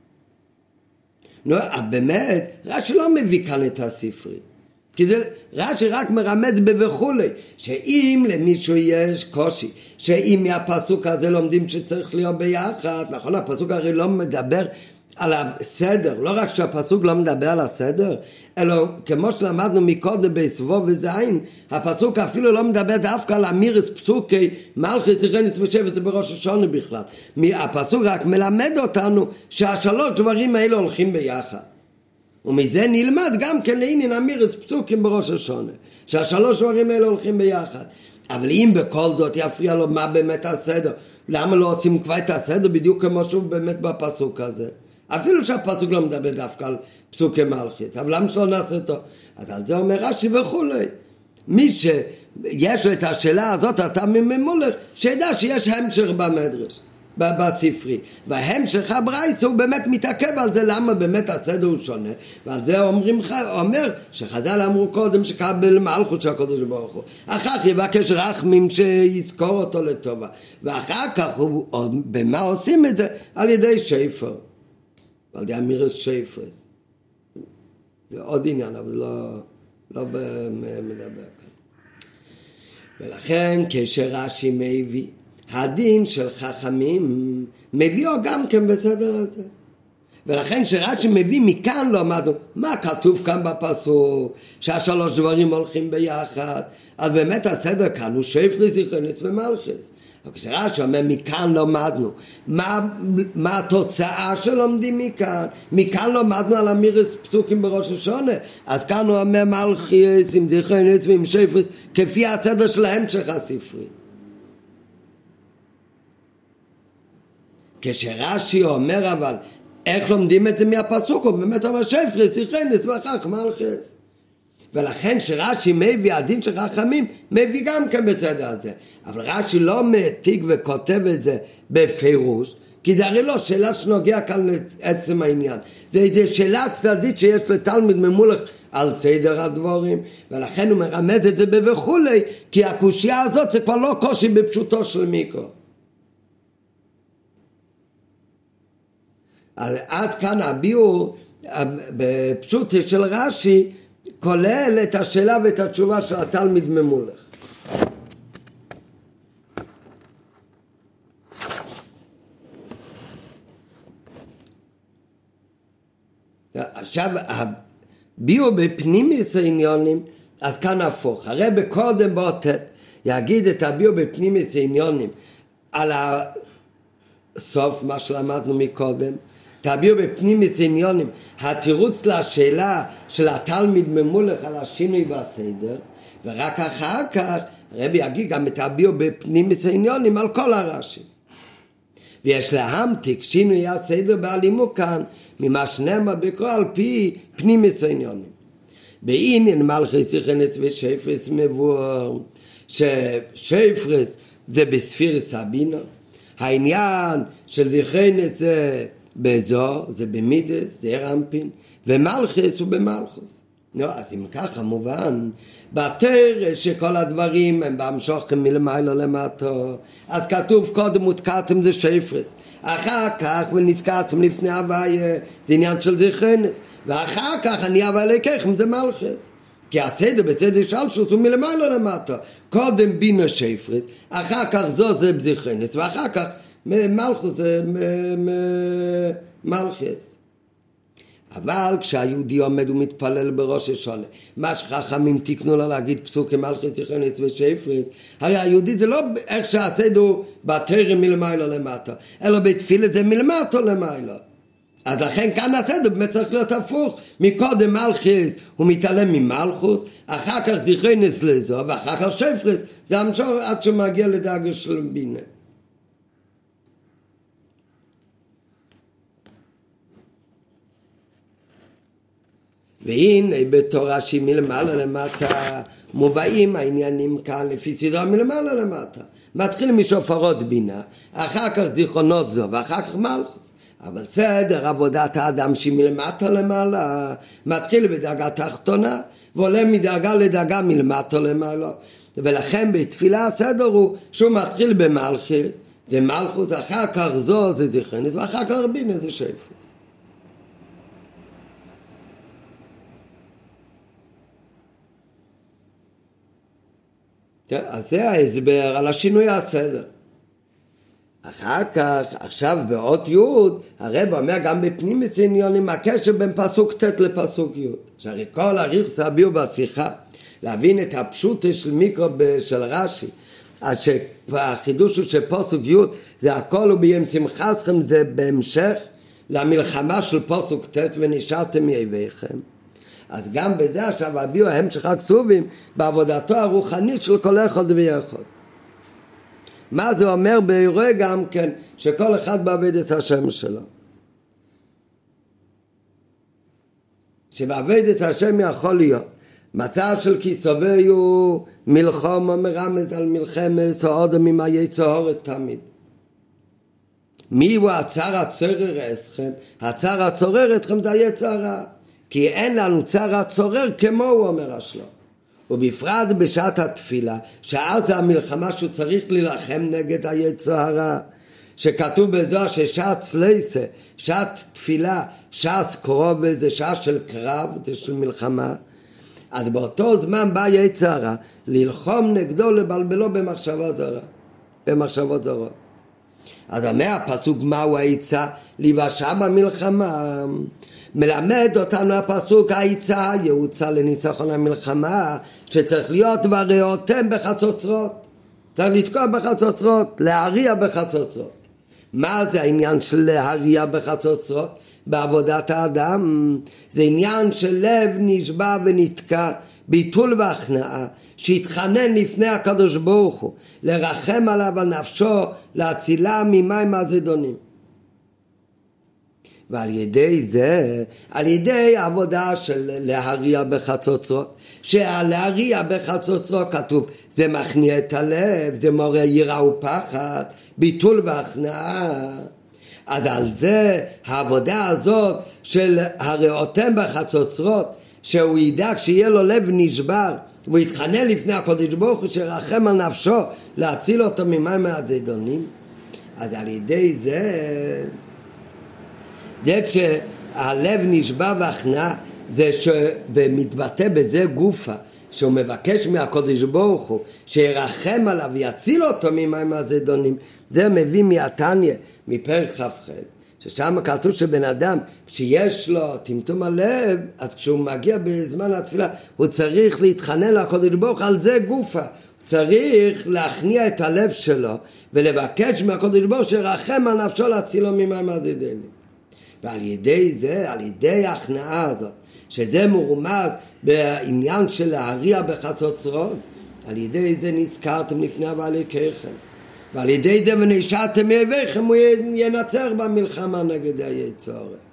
נו, באמת, רש"י לא מביא כאן את הספרי, כי זה רש"י רק מרמז בכולי, שאם למישהו יש קושי, שאם מהפסוק הזה לומדים שצריך להיות ביחד, נכון, הפסוק הרי לא מדבר על הסדר, לא רק שהפסוק לא מדבר על הסדר, אלא כמו שלמדנו מקודם בסבוב וזין, הפסוק אפילו לא מדבר דווקא על אמירס פסוקי, מלכיס זיכרונות ושפרס זה בראש השונה בכלל. הפסוק רק מלמד אותנו שהשלוש דברים האלה הולכים ביחד. ומזה נלמד גם כן לעניין אמירס פסוקים בראש השונה, שהשלוש דברים האלה הולכים ביחד. אבל אם בכל זאת יפריע לו מה באמת הסדר, למה לא עושים כבר את הסדר בדיוק כמו שהוא באמת בפסוק הזה? אפילו שהפסוק לא מדבר דווקא על פסוקי מלכיס, אבל למה שלא נעשה אותו? אז על זה אומר רש"י וכולי. מי שיש לו את השאלה הזאת, אתה ממולך, שידע שיש המשך במדרש, בספרי. וההמשך הברייתא הוא באמת מתעכב על זה, למה באמת הסדר הוא שונה. ועל זה אומרים, אומר שחז"ל אמרו קודם שקבל מלכות של הקדוש ברוך הוא. אחר כך יבקש רחמים שיזכור אותו לטובה. ואחר כך הוא, במה עושים את זה? על ידי שפר. על ידי אמירס שפרס. זה עוד עניין, אבל לא, לא מדבר כאן. ולכן כשרש"י מביא, הדין של חכמים מביאו גם כן בסדר הזה. ולכן שרש"י מביא מכאן לא אמרנו, מה כתוב כאן בפסוק? שהשלוש דברים הולכים ביחד. אז באמת הסדר כאן הוא שפרס, זיכרונות ומלכיס. אבל כשרש"י אומר מכאן לא למדנו, מה, מה התוצאה שלומדים מכאן? מכאן לא למדנו על אמירס פסוקים בראש השונה, אז כאן הוא אומר מלכיס עם זיכרונות ועם שפרס, כפי הסדר של ההמשך הספרי. כשרש"י אומר אבל איך לומדים את זה מהפסוק, הוא באמת אומר שפרס, זכרנס וכך מלכס. ולכן שרש"י מביא הדין של חכמים, מביא גם כן בצד הזה. אבל רש"י לא מעתיק וכותב את זה בפירוש, כי זה הרי לא שאלה שנוגע כאן לעצם העניין. זה איזו שאלה צדדית שיש לתלמיד ממולך על סדר הדבורים, ולכן הוא מרמז את זה וכולי, כי הקושייה הזאת זה כבר לא קושי בפשוטו של מיקרו. עד כאן הביאור בפשוט של רש"י כולל את השאלה ואת התשובה של התלמיד ממולך. עכשיו הביאור בפנימיוס העניונים, אז כאן הפוך. הרי בקודם באותת יגיד את הביאור בפנימיוס העניונים על הסוף מה שלמדנו מקודם, תביאו בפנימיוס העניונים התירוץ לשאלה של התלמיד ממולך על השינוי בסדר, ורק אחר כך הרבי יגיד גם תביאו בפנימיוס העניונים על כל הרש"י. ויש להמתיק שינוי הסדר בעלימו כאן ממה שנאמר בקרוא על פי פנימיוס העניונים. בעניין מלכי זכרנס ושפרס מבואר ששפרס זה בספירס הבינה, העניין של זכרנס זה באזור, זה במידס, זה רמפין, ומלכס הוא במלכוס. לא, אז אם ככה מובן, בתר שכל הדברים הם בהמשוכם מלמעלה למטה, אז כתוב קודם ותקעתם זה שפרס, אחר כך ונזכרתם לפני הוויה, זה עניין של זכרנס, ואחר כך אני אבל לקחם זה מלכס. כי הסדר בצד שלשוס הוא מלמעלה למטה, קודם בינה שפרס, אחר כך זו זה בזכרנס, ואחר כך מלכוס זה מלכס. אבל כשהיהודי עומד ומתפלל בראש השונה, מה שחכמים תיקנו לה להגיד פסוקי מלכס זכרנס ושפרס, הרי היהודי זה לא איך שהסדר הוא בתרם מלמעלה למטה, אלא בתפילה זה מלמטה למעלה. אז לכן כאן הסדר באמת צריך להיות הפוך, מקודם מלכס הוא מתעלם ממלכוס, אחר כך זכרנס לזו, ואחר כך שפרס, זה המשור עד שמגיע לדאגה של בינה. והנה בתורה שהיא מלמעלה למטה מובאים העניינים כאן לפי סדרה מלמעלה למטה. מתחיל משופרות בינה, אחר כך זיכרונות זו ואחר כך מלכוס. אבל סדר עבודת האדם שהיא מלמטה למעלה מתחיל בדאגה תחתונה ועולה מדאגה לדאגה מלמטה למעלה. ולכן בתפילה הסדר הוא שהוא מתחיל במלכוס, זה מלכוס, אחר כך זו זה זכרנס ואחר כך בינה זה שפרס. אז זה ההסבר על השינוי הסדר. אחר כך, עכשיו באות י' הרב אומר גם בפנימיוס העניונים הקשר בין פסוק ט' לפסוק י'. שהרי כל אריכות הביאו בשיחה להבין את הפשוט של מיקרו של רש"י, אז שהחידוש הוא שפסוק י' זה הכל וביום שמחתכם זה בהמשך למלחמה של פסוק ט' ונשארתם מאויביכם. אז גם בזה עכשיו הביאו המשך הכתובים בעבודתו הרוחנית של כל אחד ואחד. מה זה אומר באירוע גם כן שכל אחד בעבד את השם שלו, שבעבד את השם יכול להיות מצב של קיצובי הוא מלחום מרמז על מלחמת או עוד ממאי צהורת תמיד. מי הוא הצער הצורר אסכם? הצער הצורר אתכם זה היצרה, כי אין לנו צער הצורר כמו הוא אומר השלום. ובפרט בשעת התפילה, שאז זה המלחמה שהוא צריך להילחם נגד היצר הרע, שכתוב בזוהר ששעת סלייסה, שעת תפילה, שעת קרוב, זה שעה של קרב, זה של מלחמה. אז באותו זמן בא יצר הרע ללחום נגדו, לבלבלו במחשבות זרה, במחשבות זרות. אז אומר הפסוק מהו העיצה? להיוושע במלחמה. מלמד אותנו הפסוק העיצה יעוצה לניצחון המלחמה, שצריך להיות וראותם בחצוצרות, צריך לתקוע בחצוצרות, להריע בחצוצרות. מה זה העניין של להריע בחצוצרות? בעבודת האדם זה עניין של לב נשבע ונתקע, ביטול והכנעה, שהתחנן לפני הקדוש ברוך הוא לרחם עליו על נפשו, להצילה ממים הזדונים. ועל ידי זה, על ידי העבודה של להריע בחצוצרות, שהלהריע בחצוצרות כתוב, זה מכניע את הלב, זה מורה יראה ופחד, ביטול והכנעה. אז על זה העבודה הזאת של הראותם בחצוצרות, שהוא ידע שיהיה לו לב נשבר, והוא יתחנן לפני הקדוש ברוך הוא שרחם על נפשו להציל אותו ממים הזדונים. אז על ידי זה, זה שהלב נשבר והכנעה, זה שמתבטא בזה גופה, שהוא מבקש מהקדוש ברוך הוא שירחם עליו ויציל אותו ממים הזדונים. זה מביא מהתניא, מפרק כ"ח, ששם כתוב שבן אדם כשיש לו טמטום הלב, אז כשהוא מגיע בזמן התפילה הוא צריך להתחנן לקדוש ברוך על זה גופה, הוא צריך להכניע את הלב שלו ולבקש מהקדוש ברוך שרחם על נפשו להצילו ממים הזדונים. ועל ידי זה, על ידי ההכנעה הזאת, שזה מרומז בעניין של להריע בחצוצרות, על ידי זה נזכרתם לפני בעלוקיכם, ועל ידי זה ונשארתם מאביכם, הוא ינצח במלחמה נגד היצר.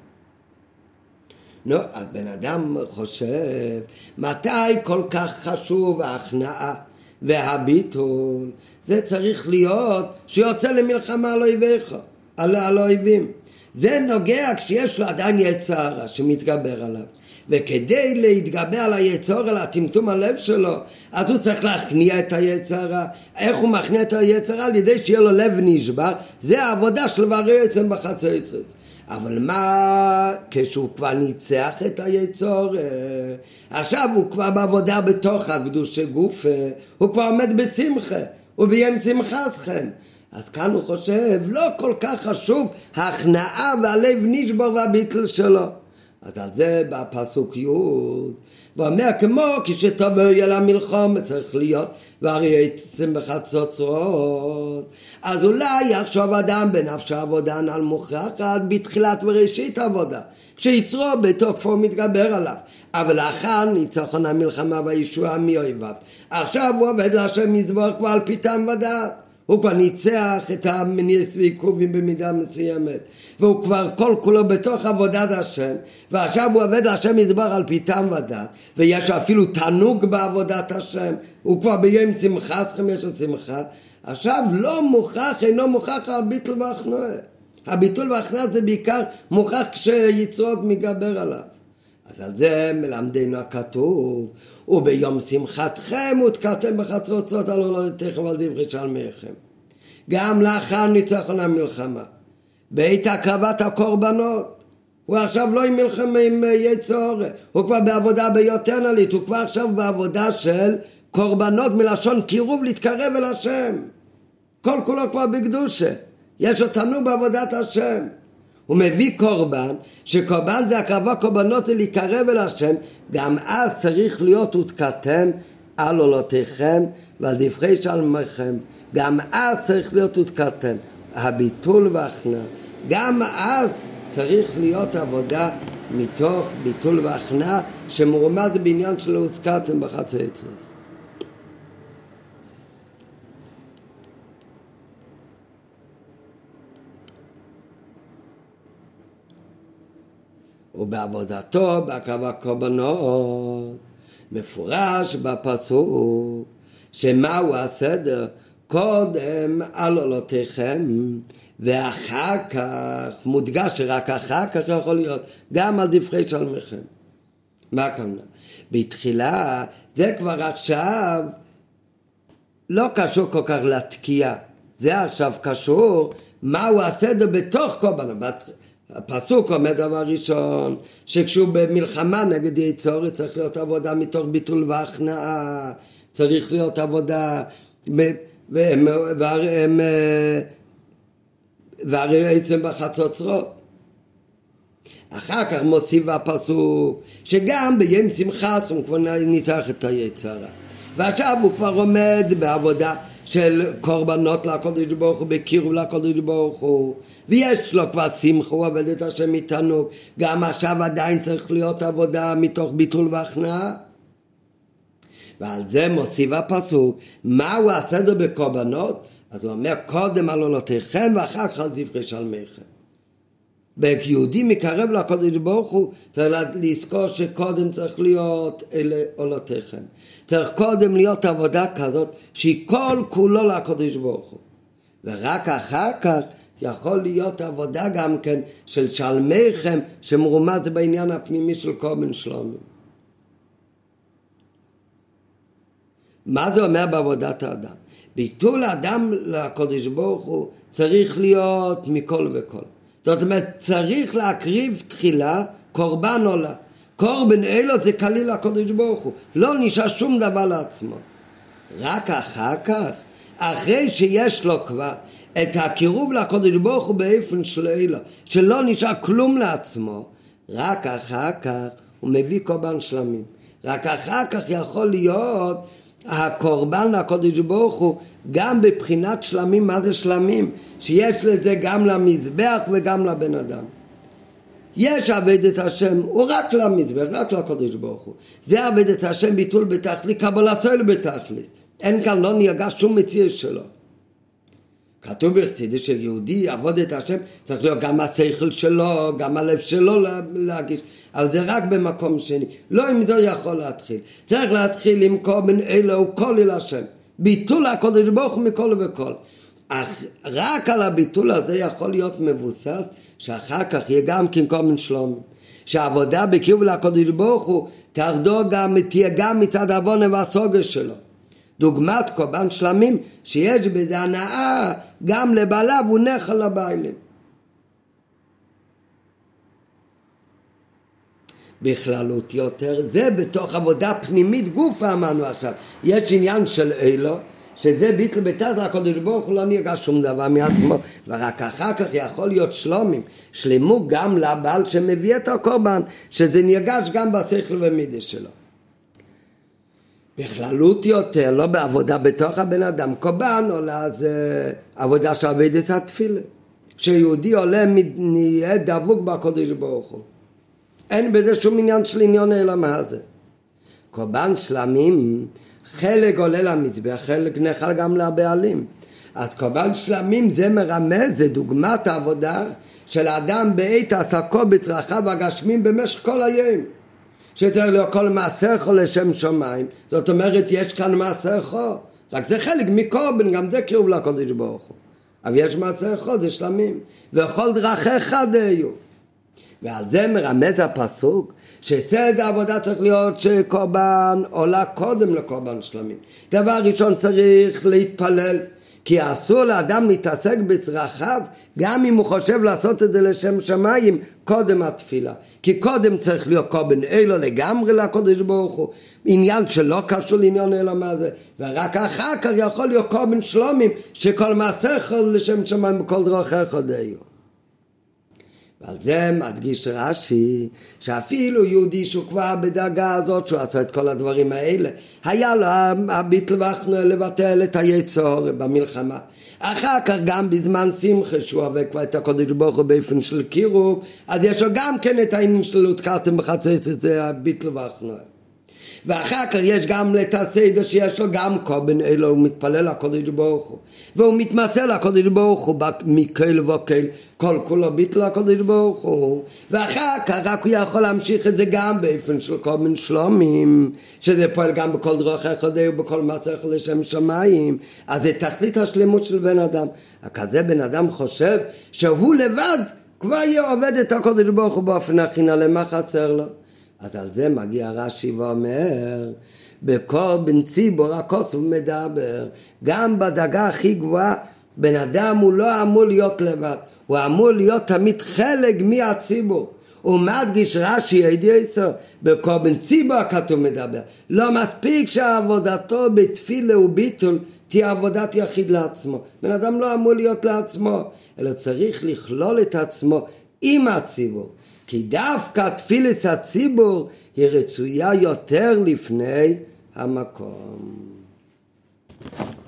נו, אז בן אדם חושב, מתי כל כך חשוב ההכנעה והביטול? זה צריך להיות שיוצא למלחמה על אויביך, על האויבים. זה נוגע כשיש לו עדיין יצר שמתגבר עליו. וכדי להתגבר על היצר, על הטמטום הלב שלו, אז הוא צריך להכניע את היצרה. איך הוא מכניע את היצרה? על ידי שיהיה לו לב נשבר. זה העבודה של וריעצם בחצוצרות. אבל מה כשהוא כבר ניצח את היצר? עכשיו הוא כבר בעבודה בתוך הקדוש גוף, הוא כבר עומד בשמחה, הוא ביים שמחתכם. אז כאן הוא חושב, לא כל כך חשוב ההכנעה והלב נשבר והביטל שלו. אז על זה בפסוק י' ואומר כמו כשתבוא אל המלחמה צריך להיות וריעצם בחצוצרות. אז אולי יחשוב אדם בנפשו עבודה על מוכרחת בתחילת וראשית עבודה, כשיצרו בתוקפו מתגבר עליו, אבל לאחר ניצחון המלחמה והישועה מאויביו, עכשיו הוא עובד להשם יזבח כבר על פי טעם ודעת. הוא כבר ניצח את המניעים ועיכובים במידה מסוימת, והוא כבר כל כולו בתוך עבודת השם, ועכשיו הוא עובד השם ידבר על פי טעם ודעת, ויש אפילו תענוג בעבודת השם, הוא כבר ביום שמחה, יש לו שמחה. עכשיו לא מוכח, אינו מוכח הביטול והכנעה. הביטול והכנעה זה בעיקר מוכח כשיצרות מגבר עליו. אז על זה מלמדנו הכתוב, וביום שמחתכם ותקעתם בחצוצרות על הולדתכם ועל דברי שלמיכם. גם לאחר ניצחון המלחמה, בעת הקרבת הקורבנות, הוא עכשיו לא עם מלחמה עם יצר, הוא כבר בעבודה ביותר נלית, הוא כבר עכשיו בעבודה של קורבנות מלשון קירוב להתקרב אל השם. כל כולו כבר בקדושה, יש אותנו בעבודת השם. הוא מביא קורבן, שקורבן זה הקרבה קורבנות להיקרב אל השם, גם אז צריך להיות ותקעתם על עולותיכם ועל דברי שלמיכם, גם אז צריך להיות ותקעתם, הביטול והכנעה, גם אז צריך להיות עבודה מתוך ביטול והכנעה שמרומז בעניין שלו ותקעתם בחצוצרות. ובעבודתו בהקרבת קורבנות מפורש בפסוק שמהו הסדר, קודם על עולותיכם ואחר כך, מודגש שרק אחר כך יכול להיות גם על דברי שלמיכם. מה הכוונה? בתחילה זה כבר עכשיו לא קשור כל כך לתקיעה, זה עכשיו קשור מהו הסדר בתוך קורבנות. הפסוק אומר דבר ראשון, שכשהוא במלחמה נגד יצר צריך להיות עבודה מתוך ביטול והכנעה, צריך להיות עבודה וריעצם בחצוצרות. אחר כך מוסיף הפסוק שגם ביום שמחה הוא כבר ניצח את היצרה, ועכשיו הוא כבר עומד בעבודה של קורבנות לקדוש ברוך הוא, בקירוב לקדוש ברוך הוא, ויש לו כבר שמחה, הוא עובד את השם מתענוג. גם עכשיו עדיין צריך להיות עבודה מתוך ביטול והכנעה. ועל זה מוסיף הפסוק, מהו הסדר בקורבנות? אז הוא אומר קודם על עולותיכם ואחר כך על דברי שלמיכם. ביהודי מקרב לקודש ברוך הוא, צריך לזכור שקודם צריך להיות אלה עולותיכם. צריך קודם להיות עבודה כזאת שהיא כל כולו לקודש ברוך הוא. ורק אחר כך יכול להיות עבודה גם כן של שלמיכם שמרומז בעניין הפנימי של קורבן שלומים. מה זה אומר בעבודת האדם? ביטול האדם לקודש ברוך הוא צריך להיות מכל וכל. זאת אומרת, צריך להקריב תחילה קורבן עולה. קורבן אלו זה כליל הקודש ברוך הוא. לא נשאר שום דבר לעצמו. רק אחר כך, אחרי שיש לו כבר את הקירוב לקודש ברוך הוא באופן של אלו, שלא נשאר כלום לעצמו, רק אחר כך הוא מביא קורבן שלמים. רק אחר כך יכול להיות הקורבן לקודש ברוך הוא גם בבחינת שלמים. מה זה שלמים? שיש לזה גם למזבח וגם לבן אדם. יש עבודת השם, הוא רק למזבח, רק לקודש ברוך הוא. זה עבודת השם ביטול בתכלית, קבלתו בתכלית. אין כאן לא נרגש שום מציאות שלו. כתוב בחסידות של יהודי עבודת השם צריך להיות גם השכל שלו, גם הלב שלו להגיש, אבל זה רק במקום שני. לא אם זה יכול להתחיל. צריך להתחיל עם קורבן אלוהו כל אל השם. ביטול הקודש ברוך הוא מכל וכל. אך רק על הביטול הזה יכול להיות מבוסס שאחר כך יהיה גם כן קורבן שלום. שהעבודה בקירוב לקודש ברוך הוא תרדו גם, תהיה גם מצד עוון והסוגיה שלו. דוגמת קורבן שלמים שיש בזה הנאה גם לבעליו ונכל לבעלים. בכללות יותר, זה בתוך עבודה פנימית גוף אמרנו עכשיו. יש עניין של אלו, שזה ביטל בתת הקודש ברוך הוא לא נרגש שום דבר מעצמו, ורק אחר כך יכול להיות שלומים, שלמו גם לבעל שמביא את הקורבן, שזה נרגש גם בשכל ומידה שלו. בכללות יותר, לא בעבודה בתוך הבן אדם, קורבן עולה זה עבודה שעבודת התפילה. כשיהודי עולה נהיה דבוק בקודש ברוך הוא. אין בזה שום עניין של עניין אלא מה זה. קורבן שלמים, חלק עולה למזבח, חלק נחל גם לבעלים. אז קורבן שלמים זה מרמז, זה דוגמת העבודה של האדם בעת עסקו בצרכיו הגשמים במשך כל היום. שצריך להיות כל מעשיך לשם שמיים. זאת אומרת, יש כאן מעשיך, רק זה חלק מקורבן, גם זה קירוב לקודש ברוך הוא. אבל יש מעשיך, זה שלמים. וכל דרכיך דיו. ועל זה מרמז הפסוק, שסדר העבודה צריך להיות שקורבן עולה קודם לקורבן שלמים. דבר ראשון צריך להתפלל, כי אסור לאדם להתעסק בצרכיו, גם אם הוא חושב לעשות את זה לשם שמיים, קודם התפילה. כי קודם צריך להיות קורבן אלו לגמרי לקודש ברוך הוא, עניין שלא קשור לעניין אלו מה זה, ורק אחר כך יכול להיות קורבן שלמים, שכל מעשיך לשם שמיים בכל דרכיך דיו. ועל זה מדגיש רש"י, שאפילו יהודי שהוא כבר בדרגה הזאת, שהוא עשה את כל הדברים האלה, היה לו הביטל והחנועה לבטל את היצור במלחמה. אחר כך גם בזמן שמחה, שהוא עובד כבר את הקודש ברוך הוא באופן של קירוב, אז יש לו גם כן את העניין של הותקרתם בחצץ, זה הביטל והחנועה. ואחר כך יש גם את הסדר שיש לו גם קורבן אלו, הוא מתפלל לקודש ברוך הוא, והוא מתמצא לקודש ברוך הוא מכל וכל, כל כולו ביטל לקודש ברוך הוא, ואחר כך רק הוא יכול להמשיך את זה גם באופן של קורבן שלומים, שזה פועל גם בכל דרכיך דיו ובכל מעשיך לשם שמיים. אז זה תכלית השלמות של בן אדם. כזה בן אדם חושב שהוא לבד כבר יהיה עובד את הקודש ברוך הוא באופן הכינה, למה חסר לו? אז על זה מגיע רש"י ואומר, בקורבן ציבור הכוס מדבר, גם בדרגה הכי גבוהה, בן אדם הוא לא אמור להיות לבד, הוא אמור להיות תמיד חלק מהציבור. הוא מדגיש רש"י ידיעתו, בקורבן ציבור הכתוב מדבר, לא מספיק שעבודתו בתפילה וביטול תהיה עבודת יחיד לעצמו. בן אדם לא אמור להיות לעצמו, אלא צריך לכלול את עצמו עם הציבור. כי דווקא תפילת הציבור היא רצויה יותר לפני המקום.